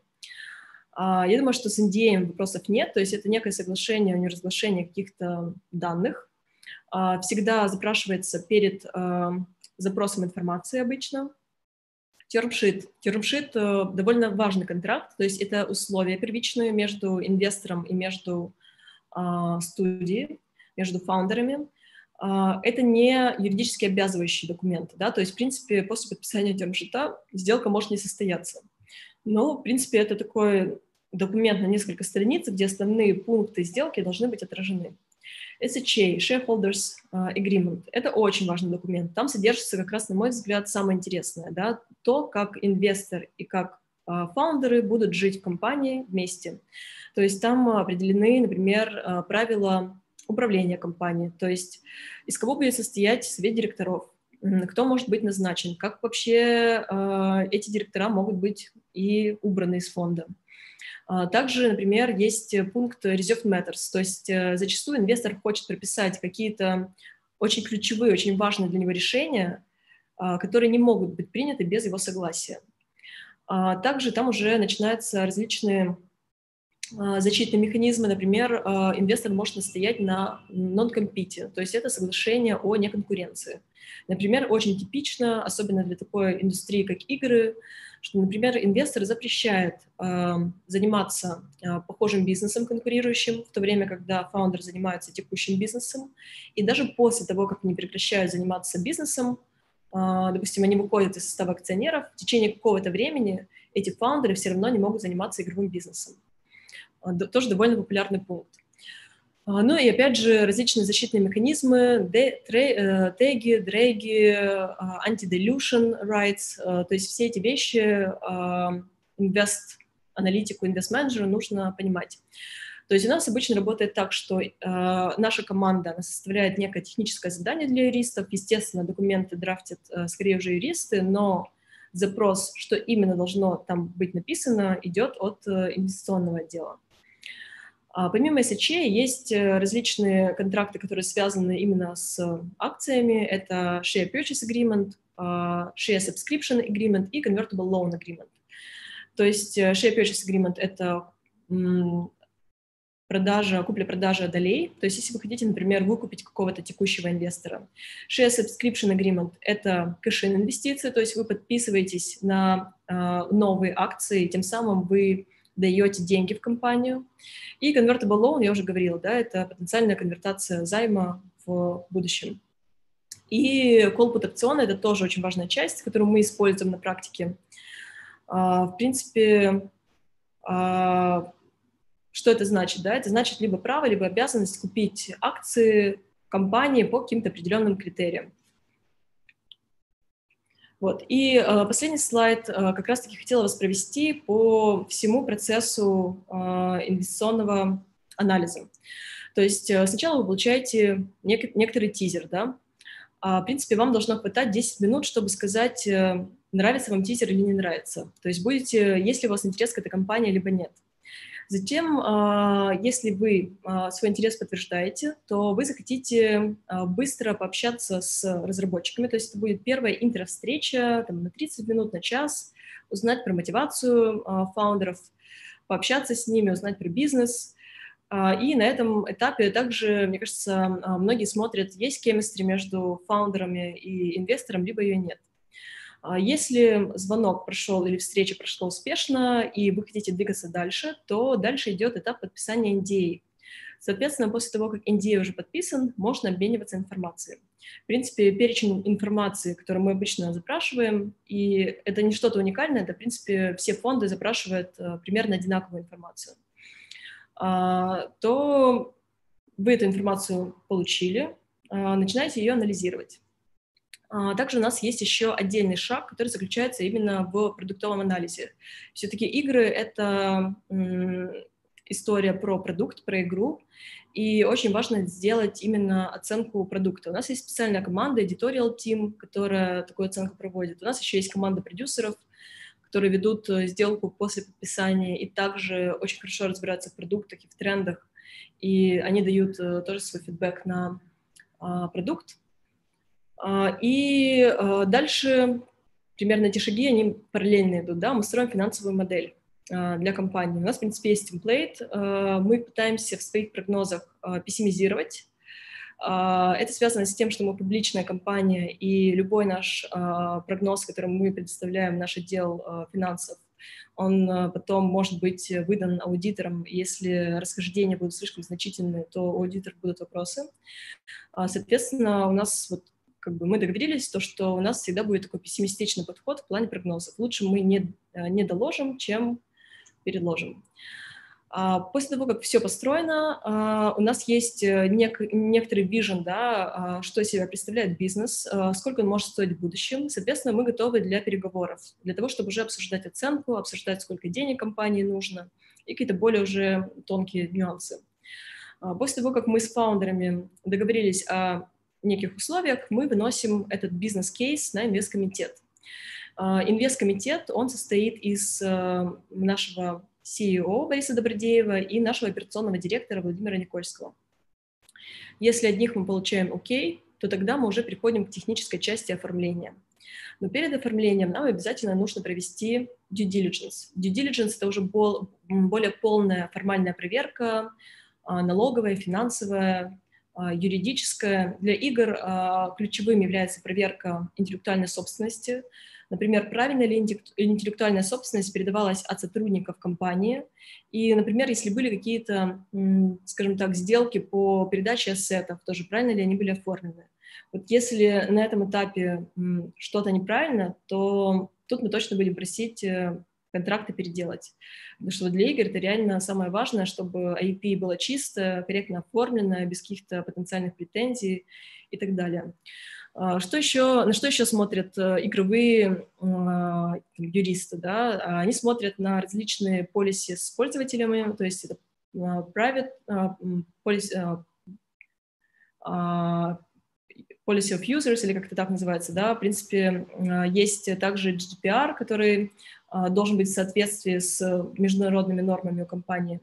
Я думаю, что с NDA вопросов нет, то есть это некое соглашение о неразглашении каких-то данных. Всегда запрашивается перед запросом информации обычно. Термшит. Термшит довольно важный контракт, то есть это условия первичные между инвестором и между студией, между фаундерами. Это не юридически обязывающий документ, да, то есть, в принципе, после подписания термшита сделка может не состояться. Но, в принципе, это такой документ на несколько страниц, где основные пункты сделки должны быть отражены. SHA, Shareholders Agreement, это очень важный документ. Там содержится как раз, на мой взгляд, самое интересное, да, то, как инвестор и как фаундеры будут жить в компании вместе. То есть там определены, например, правила управления компанией, то есть из кого будет состоять совет директоров, кто может быть назначен, как вообще эти директора могут быть и убраны из фонда. Также, например, есть пункт Reserved Matters, то есть зачастую инвестор хочет прописать какие-то очень ключевые, очень важные для него решения, которые не могут быть приняты без его согласия. Также там уже начинаются различные защитные механизмы, например, инвестор может настоять на non-compete, то есть это соглашение о неконкуренции. Например, очень типично, особенно для такой индустрии, как игры, что, например, инвестор запрещает заниматься похожим бизнесом конкурирующим, в то время, когда фаундер занимается текущим бизнесом, и даже после того, как они прекращают заниматься бизнесом, допустим, они выходят из состава акционеров, в течение какого-то времени эти фаундеры все равно не могут заниматься игровым бизнесом. Тоже довольно популярный пункт. Ну и опять же различные защитные механизмы, теги, дрэги, anti-dilution rights, то есть все эти вещи инвест-аналитику, инвест-менеджеру нужно понимать. То есть у нас обычно работает так, что наша команда она составляет некое техническое задание для юристов, естественно, документы драфтят скорее уже юристы, но запрос, что именно должно там быть написано, идет от инвестиционного отдела. Помимо SHA есть различные контракты, которые связаны именно с акциями. Это Share Purchase Agreement, Share Subscription Agreement и Convertible Loan Agreement. То есть Share Purchase Agreement — это купля-продажа долей. То есть если вы хотите, например, выкупить какого-то текущего инвестора. Share Subscription Agreement — это кэш-ин инвестиции, то есть вы подписываетесь на новые акции, тем самым вы даете деньги в компанию. И convertible loan, я уже говорила, да, это потенциальная конвертация займа в будущем. И call-put опцион — это тоже очень важная часть, которую мы используем на практике. В принципе, что это значит? Да? Это значит либо право, либо обязанность купить акции компании по каким-то определенным критериям. Вот. И последний слайд как раз-таки хотела вас провести по всему процессу инвестиционного анализа. То есть сначала вы получаете некоторый тизер, да? В принципе, вам должно хватать 10 минут, чтобы сказать, нравится вам тизер или не нравится. То есть есть ли у вас интерес к этой компании, либо нет. Затем, если вы свой интерес подтверждаете, то вы захотите быстро пообщаться с разработчиками, то есть это будет первая интро-встреча на 30 минут, на час, узнать про мотивацию фаундеров, пообщаться с ними, узнать про бизнес. И на этом этапе также, мне кажется, многие смотрят, есть chemistry между фаундерами и инвестором, либо ее нет. Если звонок прошел или встреча прошла успешно, и вы хотите двигаться дальше, то дальше идет этап подписания NDA. Соответственно, после того, как NDA уже подписан, можно обмениваться информацией. В принципе, перечень информации, которую мы обычно запрашиваем, и это не что-то уникальное, это, в принципе, все фонды запрашивают примерно одинаковую информацию. То вы эту информацию получили, начинаете ее анализировать. Также у нас есть еще отдельный шаг, который заключается именно в продуктовом анализе. Все-таки игры — это история про продукт, про игру, и очень важно сделать именно оценку продукта. У нас есть специальная команда, editorial team, которая такую оценку проводит. У нас еще есть команда продюсеров, которые ведут сделку после подписания и также очень хорошо разбираются в продуктах и в трендах, и они дают тоже свой фидбэк на продукт. И дальше примерно эти шаги, они параллельно идут, да, мы строим финансовую модель для компании. У нас, в принципе, есть темплейт, мы пытаемся в своих прогнозах пессимизировать. Это связано с тем, что мы публичная компания, и любой наш прогноз, который мы предоставляем в наш отдел финансов, он потом может быть выдан аудиторам. Если расхождения будут слишком значительные, то у аудиторов будут вопросы. Соответственно, у нас мы договорились, что у нас всегда будет такой пессимистичный подход в плане прогнозов. Лучше мы не доложим, чем предложим. После того, как все построено, у нас есть некоторый вижен, да, что из себя представляет бизнес, сколько он может стоить в будущем. Соответственно, мы готовы для переговоров, для того, чтобы уже обсуждать оценку, обсуждать, сколько денег компании нужно, и какие-то более уже тонкие нюансы. После того, как мы с фаундерами договорились о неких условиях, мы выносим этот бизнес-кейс на инвесткомитет. Инвесткомитет, он состоит из нашего CEO Бориса Добродеева и нашего операционного директора Владимира Никольского. Если от них мы получаем окей, то тогда мы уже переходим к технической части оформления. Но перед оформлением нам обязательно нужно провести due diligence. Due diligence — это уже более полная формальная проверка, налоговая, финансовая, юридическая. Для игр ключевым является проверка интеллектуальной собственности. Например, правильно ли интеллектуальная собственность передавалась от сотрудников компании. И, например, если были какие-то, скажем так, сделки по передаче ассетов, тоже правильно ли они были оформлены. Вот если на этом этапе что-то неправильно, то тут мы точно будем просить контракты переделать. Потому что для игр это реально самое важное, чтобы IP было чисто, корректно оформлено, без каких-то потенциальных претензий и так далее. На что еще смотрят игровые юристы? Да? Они смотрят на различные policy с пользователями, то есть это private policy, policy of users, или как-то так называется, да, в принципе, есть также GDPR, который должен быть в соответствии с международными нормами у компании.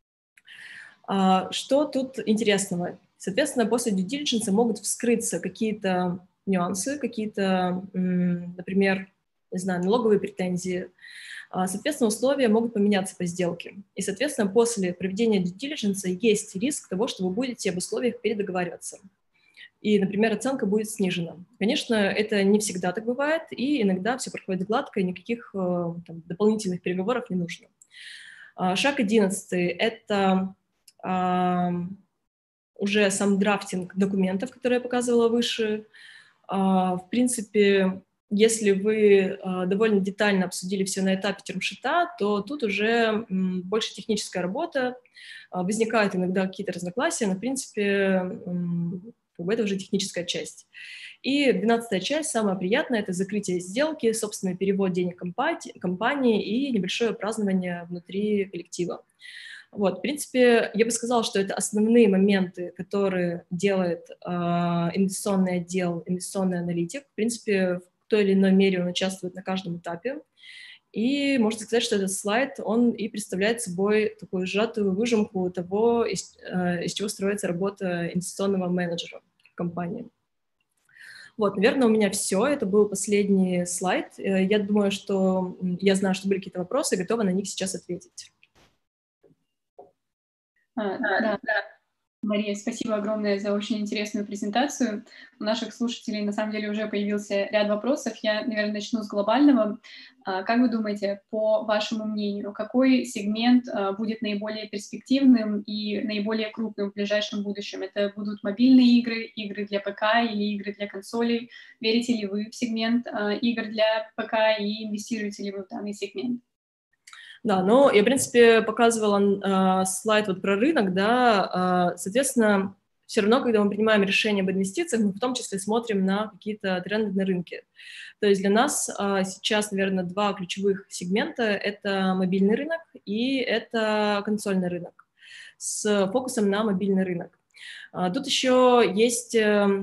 Что тут интересного? Соответственно, после due diligence могут вскрыться какие-то нюансы, какие-то, например, не знаю, налоговые претензии. Соответственно, условия могут поменяться по сделке. И, соответственно, после проведения due diligence есть риск того, что вы будете об условиях передоговариваться. И, например, оценка будет снижена. Конечно, это не всегда так бывает, и иногда все проходит гладко, и никаких там дополнительных переговоров не нужно. Шаг 11 – это уже сам драфтинг документов, которые я показывала выше. В принципе, если вы довольно детально обсудили все на этапе термшита, то тут уже больше техническая работа, возникают иногда какие-то разногласия, но, в принципе, это уже техническая часть. И 12-я часть, самая приятная, это закрытие сделки, собственный перевод денег компании и небольшое празднование внутри коллектива. Вот, в принципе, я бы сказала, что это основные моменты, которые делает инвестиционный отдел, инвестиционный аналитик. В принципе, в той или иной мере он участвует на каждом этапе. И можно сказать, что этот слайд, он и представляет собой такую сжатую выжимку того, из чего строится работа инвестиционного менеджера в компании. Вот, наверное, у меня все. Это был последний слайд. Я думаю, я знаю, что были какие-то вопросы, готова на них сейчас ответить. Да, Мария, спасибо огромное за очень интересную презентацию. У наших слушателей на самом деле уже появился ряд вопросов. Я, наверное, начну с глобального. Как вы думаете, по вашему мнению, какой сегмент будет наиболее перспективным и наиболее крупным в ближайшем будущем? Это будут мобильные игры, игры для ПК или игры для консолей? Верите ли вы в сегмент игр для ПК и инвестируете ли вы в данный сегмент? Да, ну, я, в принципе, показывала слайд вот про рынок, да, соответственно, все равно, когда мы принимаем решение об инвестициях, мы в том числе смотрим на какие-то тренды на рынке. То есть для нас сейчас, наверное, два ключевых сегмента – это мобильный рынок и это консольный рынок с фокусом на мобильный рынок. Тут еще есть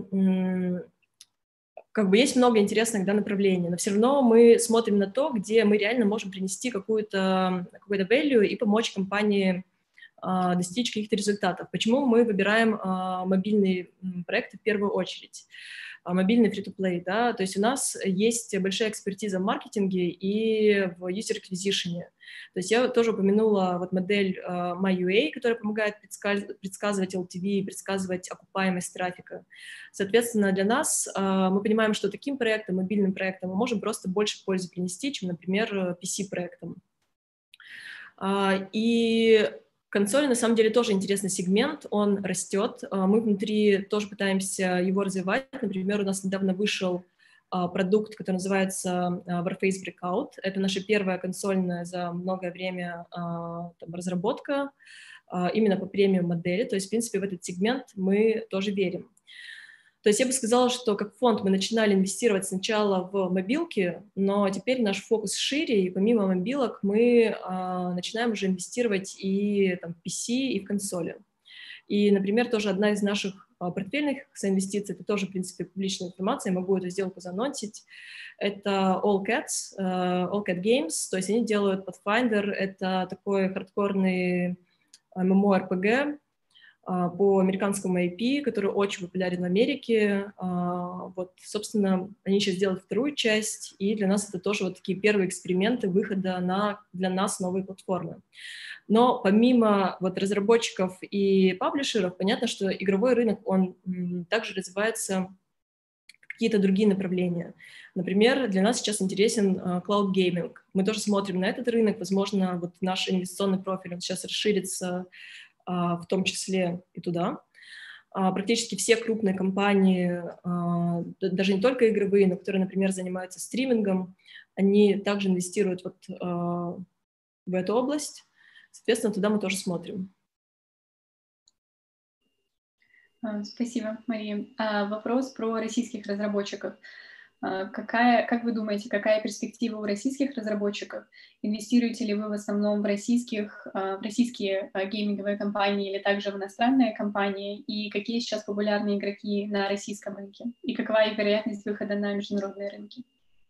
есть много интересных, да, направлений, но все равно мы смотрим на то, где мы реально можем принести какой-то value и помочь компании достичь каких-то результатов. Почему мы выбираем мобильные проекты в первую очередь? Мобильный free-to-play, да, то есть у нас есть большая экспертиза в маркетинге и в user acquisition. То есть я тоже упомянула вот модель MyUA, которая помогает предсказывать LTV, предсказывать окупаемость трафика. Соответственно, для нас мы понимаем, что таким проектом, мобильным проектом мы можем просто больше пользы принести, чем, например, PC-проектом. И консоли, на самом деле, тоже интересный сегмент, он растет. Мы внутри тоже пытаемся его развивать. Например, у нас недавно вышел продукт, который называется Warface Breakout. Это наша первая консольная за многое время разработка именно по премиум модели. То есть, в принципе, в этот сегмент мы тоже верим. То есть я бы сказала, что как фонд мы начинали инвестировать сначала в мобилки, но теперь наш фокус шире, и помимо мобилок мы начинаем уже инвестировать и в PC, и в консоли. И, например, тоже одна из наших портфельных соинвестиций, это тоже, в принципе, публичная информация, я могу эту сделку занонсить, это All Cat Games, то есть они делают Pathfinder, это такой хардкорный MMORPG, по американскому IP, который очень популярен в Америке. Вот, собственно, они сейчас делают вторую часть, и для нас это тоже вот такие первые эксперименты выхода для нас новые платформы. Но помимо вот разработчиков и паблишеров, понятно, что игровой рынок, он также развивается в какие-то другие направления. Например, для нас сейчас интересен cloud gaming. Мы тоже смотрим на этот рынок, возможно, вот наш инвестиционный профиль он сейчас расширится в том числе и туда. Практически все крупные компании, даже не только игровые, но которые, например, занимаются стримингом, они также инвестируют вот в эту область. Соответственно, туда мы тоже смотрим. Спасибо, Мария. Вопрос про российских разработчиков. Как вы думаете, какая перспектива у российских разработчиков? Инвестируете ли вы в основном в российские гейминговые компании или также в иностранные компании? И какие сейчас популярные игроки на российском рынке? И какова их вероятность выхода на международные рынки?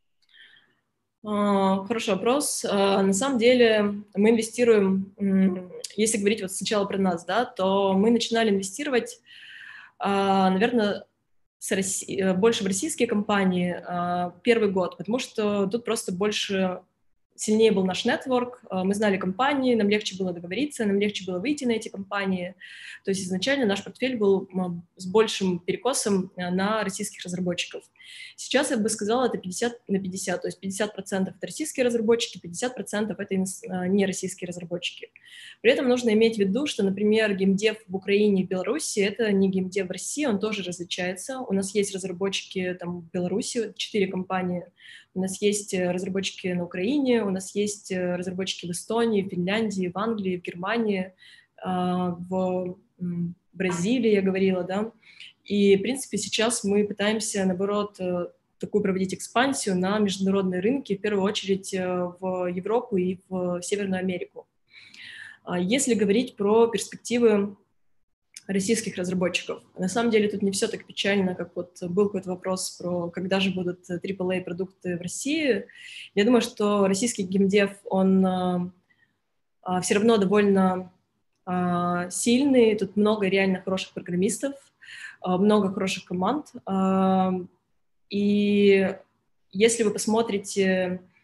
Хороший вопрос. На самом деле мы инвестируем, если говорить вот сначала про нас, да, то мы начинали инвестировать, наверное, больше в российские компании первый год, потому что тут просто сильнее был наш нетворк, мы знали компании, нам легче было договориться, нам легче было выйти на эти компании. То есть изначально наш портфель был с большим перекосом на российских разработчиков. Сейчас я бы сказала, это 50/50, то есть 50% это российские разработчики, 50% это не российские разработчики. При этом нужно иметь в виду, что, например, геймдев в Украине и Беларуси — это не геймдев в России, он тоже различается. У нас есть разработчики в Беларуси, 4 компании, у нас есть разработчики на Украине, у нас есть разработчики в Эстонии, в Финляндии, в Англии, в Германии, в Бразилии, я говорила, да. И, в принципе, сейчас мы пытаемся, наоборот, такую проводить экспансию на международные рынки, в первую очередь в Европу и в Северную Америку. Если говорить про перспективы российских разработчиков. На самом деле тут не все так печально, как вот был какой-то вопрос про когда же будут AAA-продукты в России. Я думаю, что российский геймдев, он все равно довольно сильный, тут много реально хороших программистов, много хороших команд. И если вы посмотрите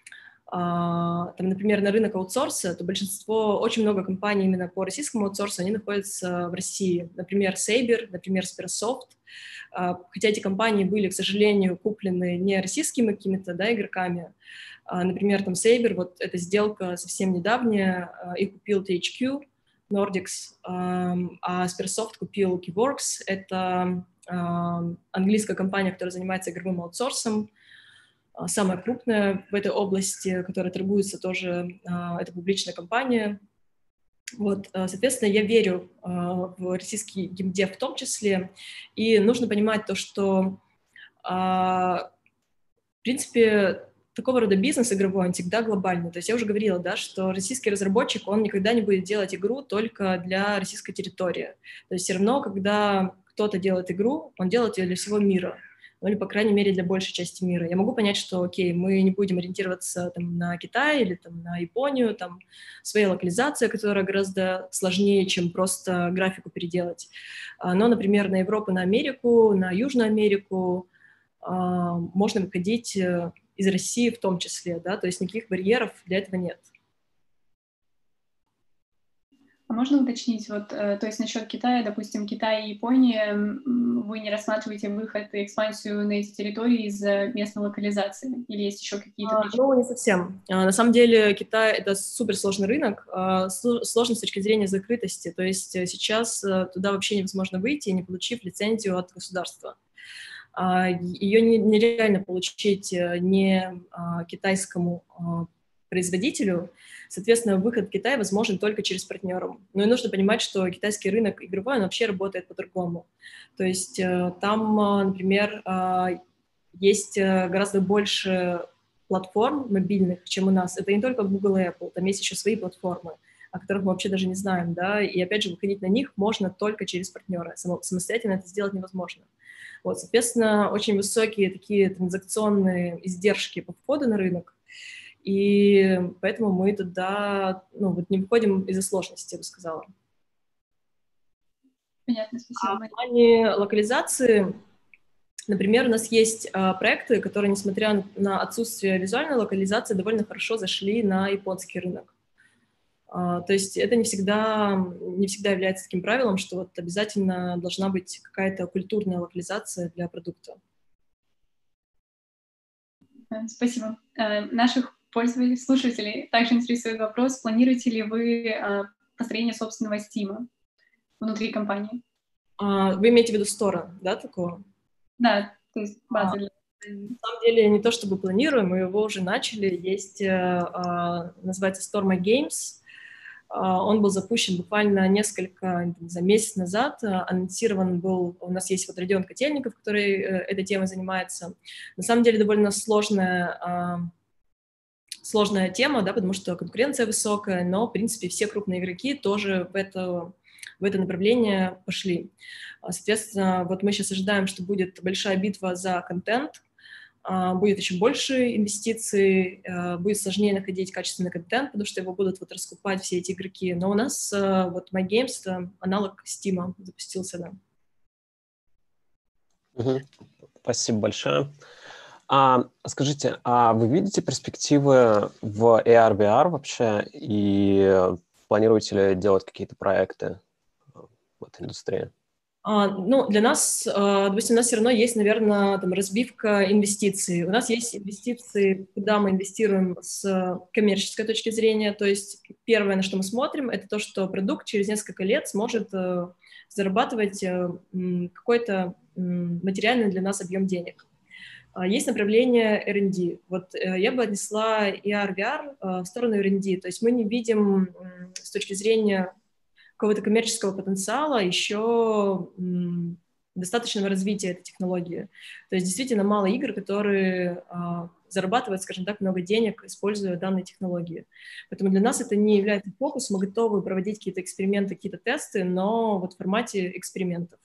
там, например, на рынок аутсорса, то большинство, очень много компаний именно по российскому аутсорсу, они находятся в России. Например, Saber, например, Spersoft. Хотя эти компании были, к сожалению, куплены не российскими какими-то, да, игроками. Например, там Saber, вот эта сделка совсем недавняя, их купил THQ Nordics, а Spersoft купил Keyworks. Это английская компания, которая занимается игровым аутсорсом, самая крупная в этой области, которая торгуется тоже, это публичная компания. Вот, соответственно, я верю в российский геймдев в том числе, и нужно понимать то, что, в принципе, такого рода бизнес игровой, он всегда глобальный. То есть я уже говорила, да, что российский разработчик, он никогда не будет делать игру только для российской территории. То есть все равно, когда кто-то делает игру, он делает ее для всего мира. Ну, или, по крайней мере, для большей части мира. Я могу понять, что, окей, мы не будем ориентироваться там, на Китай или там, на Японию, там своя локализация, которая гораздо сложнее, чем просто графику переделать. Но, например, на Европу, на Америку, на Южную Америку можно выходить из России в том числе, да, то есть никаких барьеров для этого нет. А можно уточнить, вот, то есть насчет Китая, допустим, Китай и Япония, вы не рассматриваете выход и экспансию на эти территории из-за местной локализации? Или есть еще какие-то причины? Ну, не совсем. На самом деле Китай — это суперсложный рынок, сложный с точки зрения закрытости, то есть сейчас туда вообще невозможно выйти, не получив лицензию от государства. Ее нереально получить не китайскому производителю. Соответственно, выход в Китай возможен только через партнеров. Но и нужно понимать, что китайский рынок игровой, он вообще работает по-другому. То есть там, например, есть гораздо больше платформ мобильных, чем у нас. Это не только Google и Apple, там есть еще свои платформы, о которых мы вообще даже не знаем, да, и опять же выходить на них можно только через партнера. Самостоятельно это сделать невозможно. Вот, соответственно, очень высокие такие транзакционные издержки по входу на рынок, и поэтому мы туда, ну, вот не выходим из-за сложности, я бы сказала. Понятно, спасибо, Мария. В плане локализации, например, у нас есть проекты, которые, несмотря на отсутствие визуальной локализации, довольно хорошо зашли на японский рынок. То есть это не всегда является таким правилом, что вот обязательно должна быть какая-то культурная локализация для продукта. Спасибо. Наших пользователей, слушателей также интересует вопрос, планируете ли вы построение собственного Steam внутри компании? Вы имеете в виду стора, да, такого? Да, то есть база. На самом деле не то чтобы планируем, мы его уже начали. Есть, называется Store My Games. Он был запущен буквально за месяц назад. Анонсирован был, у нас есть вот Родион Котельников, который этой темой занимается. На самом деле довольно сложная тема, да, потому что конкуренция высокая, но, в принципе, все крупные игроки тоже в это направление пошли. Соответственно, вот мы сейчас ожидаем, что будет большая битва за контент, будет еще больше инвестиций, будет сложнее находить качественный контент, потому что его будут вот раскупать все эти игроки. Но у нас вот My Games — это аналог Steam запустился, да. Спасибо большое. Скажите, а вы видите перспективы в AR, VR вообще, и планируете ли делать какие-то проекты в этой индустрии? Ну, для нас, допустим, у нас все равно есть, наверное, там, разбивка инвестиций. У нас есть инвестиции, куда мы инвестируем с коммерческой точки зрения. То есть первое, на что мы смотрим, это то, что продукт через несколько лет сможет зарабатывать какой-то материальный для нас объем денег. Есть направление R&D. Вот я бы отнесла AR, VR в сторону R&D. То есть мы не видим с точки зрения какого-то коммерческого потенциала еще достаточного развития этой технологии. То есть действительно мало игр, которые зарабатывают, скажем так, много денег, используя данные технологии. Поэтому для нас это не является фокусом. Мы готовы проводить какие-то эксперименты, какие-то тесты, но вот в формате экспериментов.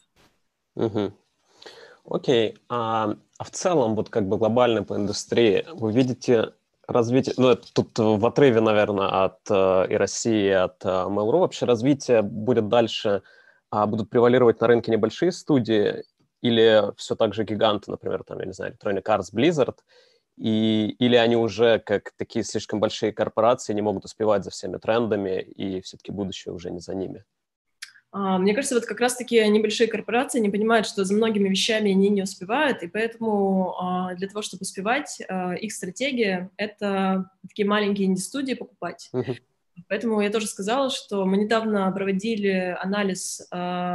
Окей. А в целом, вот как бы глобально по индустрии, вы видите развитие, ну, это тут в отрыве, наверное, от и России, и от Mail.ru, вообще развитие будет дальше, будут превалировать на рынке небольшие студии или все так же гиганты, например, там, я не знаю, Electronic Arts, Blizzard, или они уже как такие слишком большие корпорации не могут успевать за всеми трендами, и все-таки будущее уже не за ними? Мне кажется, вот как раз-таки небольшие корпорации не понимают, что за многими вещами они не успевают, и поэтому для того, чтобы успевать, их стратегия — это такие маленькие инди-студии покупать. Поэтому я тоже сказала, что мы недавно проводили анализ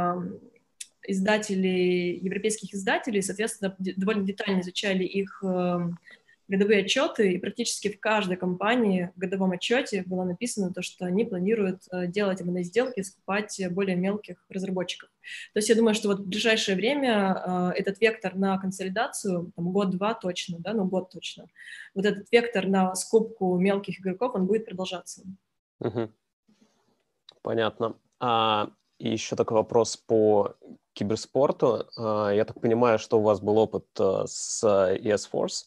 издателей, европейских издателей, соответственно, довольно детально изучали их годовые отчеты, и практически в каждой компании в годовом отчете было написано то, что они планируют делать M&A-сделки, скупать более мелких разработчиков. То есть я думаю, что вот в ближайшее время этот вектор на консолидацию, там, год-два точно, да, ну год точно, вот этот вектор на скупку мелких игроков, он будет продолжаться. Понятно. И еще такой вопрос по киберспорту. Я так понимаю, что у вас был опыт с ES Force,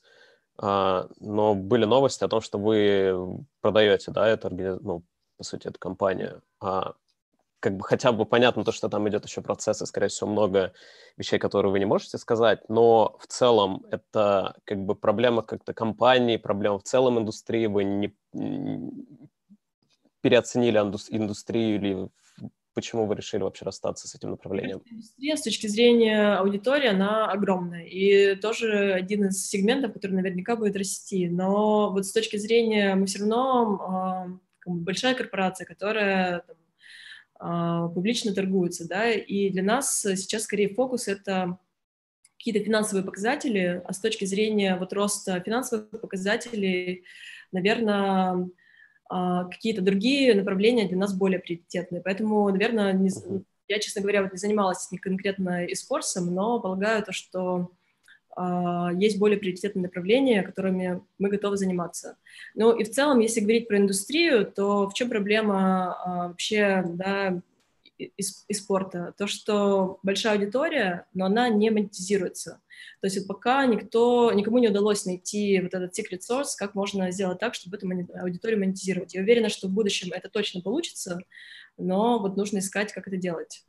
но были новости о том, что вы продаете, да, ну, по сути, эту компанию. Как бы хотя бы понятно то, что там идет еще процесс, и, скорее всего, много вещей, которые вы не можете сказать, но в целом это как бы проблема как-то компании, проблема в целом индустрии, вы не переоценили индустрию или почему вы решили вообще расстаться с этим направлением? Индустрия с точки зрения аудитории, она огромная. И тоже один из сегментов, который наверняка будет расти. Но вот с точки зрения мы все равно большая корпорация, которая публично торгуется, да, и для нас сейчас скорее фокус — это какие-то финансовые показатели, а с точки зрения вот роста финансовых показателей, наверное, какие-то другие направления для нас более приоритетные. Поэтому, наверное, я, честно говоря, вот не занималась конкретно e-спортом, но полагаю, то, что есть более приоритетные направления, которыми мы готовы заниматься. Ну и в целом, если говорить про индустрию, то в чем проблема вообще, да, e-спорта? То, что большая аудитория, но она не монетизируется. То есть вот пока никому не удалось найти вот этот secret source, как можно сделать так, чтобы эту аудиторию монетизировать. Я уверена, что в будущем это точно получится, но вот нужно искать, как это делать.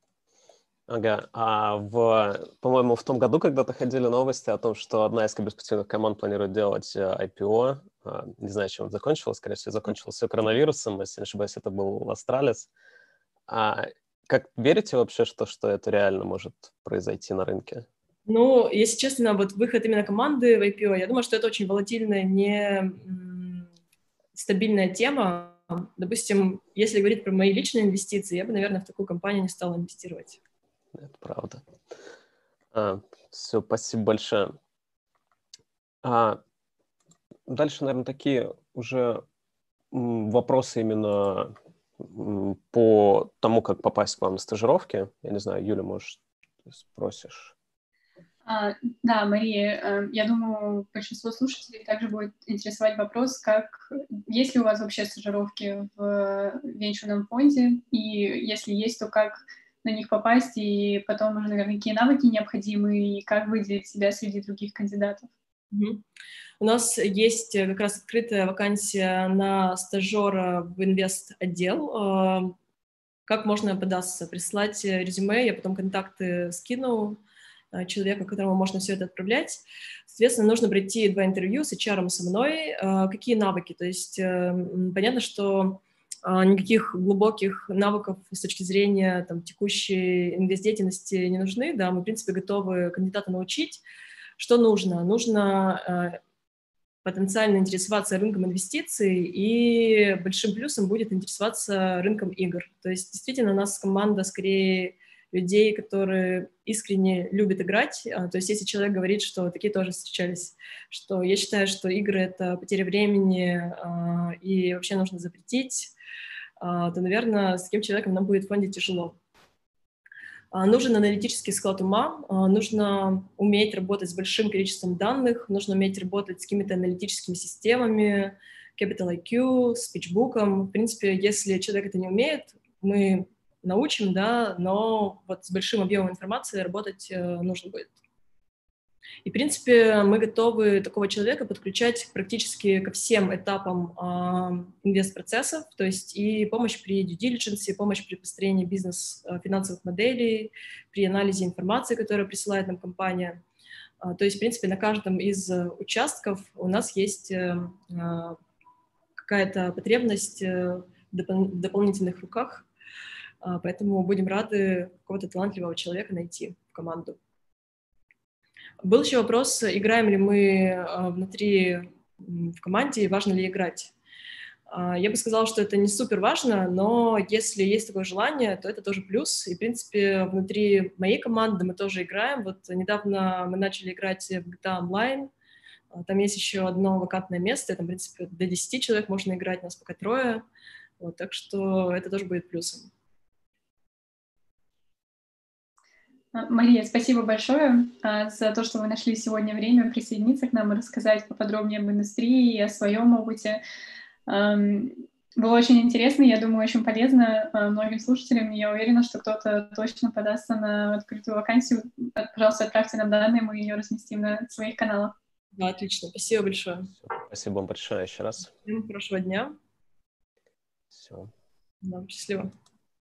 Ага. По-моему, в том году когда-то ходили новости о том, что одна из киберспортивных команд планирует делать IPO. Не знаю, чем это закончилось. Скорее всего, закончилось все коронавирусом. Если не ошибаюсь, это был Астралис. Как верите вообще, что это реально может произойти на рынке? Ну, если честно, вот выход именно команды в IPO, я думаю, что это очень волатильная, не стабильная тема. Допустим, если говорить про мои личные инвестиции, я бы, наверное, в такую компанию не стала инвестировать. Это правда. Все, спасибо большое. Дальше, наверное, такие уже вопросы именно по тому, как попасть к вам на стажировки. Я не знаю, Юля, может, ты спросишь? Да, Мария, я думаю, большинство слушателей также будет интересовать вопрос, есть ли у вас вообще стажировки в венчурном фонде, и если есть, то как на них попасть, и потом уже, наверное, какие навыки необходимы, и как выделить себя среди других кандидатов. У нас есть как раз открытая вакансия на стажера в инвест-отдел. Как можно податься? Прислать резюме, я потом контакты скину человека, которому можно все это отправлять. Соответственно, нужно пройти 2 интервью с HR со мной. Какие навыки? То есть понятно, что никаких глубоких навыков с точки зрения текущей инвестдеятельности не нужны. Да, мы, в принципе, готовы кандидата научить. Что нужно? Нужно потенциально интересоваться рынком инвестиций, и большим плюсом будет интересоваться рынком игр. То есть действительно у нас команда скорее людей, которые искренне любят играть. То есть если человек говорит, что такие тоже встречались, что я считаю, что игры — это потеря времени и вообще нужно запретить, то, наверное, с таким человеком нам будет в фонде тяжело. Нужен аналитический склад ума, нужно уметь работать с большим количеством данных, нужно уметь работать с какими-то аналитическими системами, Capital IQ, с питчбуком. В принципе, если человек это не умеет, мы научим, да, но вот с большим объемом информации работать нужно будет. И, в принципе, мы готовы такого человека подключать практически ко всем этапам инвест-процессов, то есть и помощь при due diligence, помощь при построении бизнес-финансовых моделей, при анализе информации, которую присылает нам компания. То есть, в принципе, на каждом из участков у нас есть какая-то потребность в дополнительных руках, поэтому будем рады какого-то талантливого человека найти в команду. Был еще вопрос, играем ли мы внутри в команде, важно ли играть. Я бы сказала, что это не супер важно, но если есть такое желание, то это тоже плюс. И, в принципе, внутри моей команды мы тоже играем. Вот недавно мы начали играть в GTA Online. Там есть еще одно вакантное место. Там, в принципе, до 10 человек можно играть, нас пока 3. Вот, так что это тоже будет плюсом. Мария, спасибо большое за то, что вы нашли сегодня время присоединиться к нам и рассказать поподробнее об индустрии и о своем опыте. Было очень интересно, я думаю, очень полезно многим слушателям. Я уверена, что кто-то точно подастся на открытую вакансию. Пожалуйста, отправьте нам данные, мы ее разместим на своих каналах. Да, отлично. Спасибо большое. Спасибо вам большое еще раз. Всем хорошего дня. Все. Да, счастливо.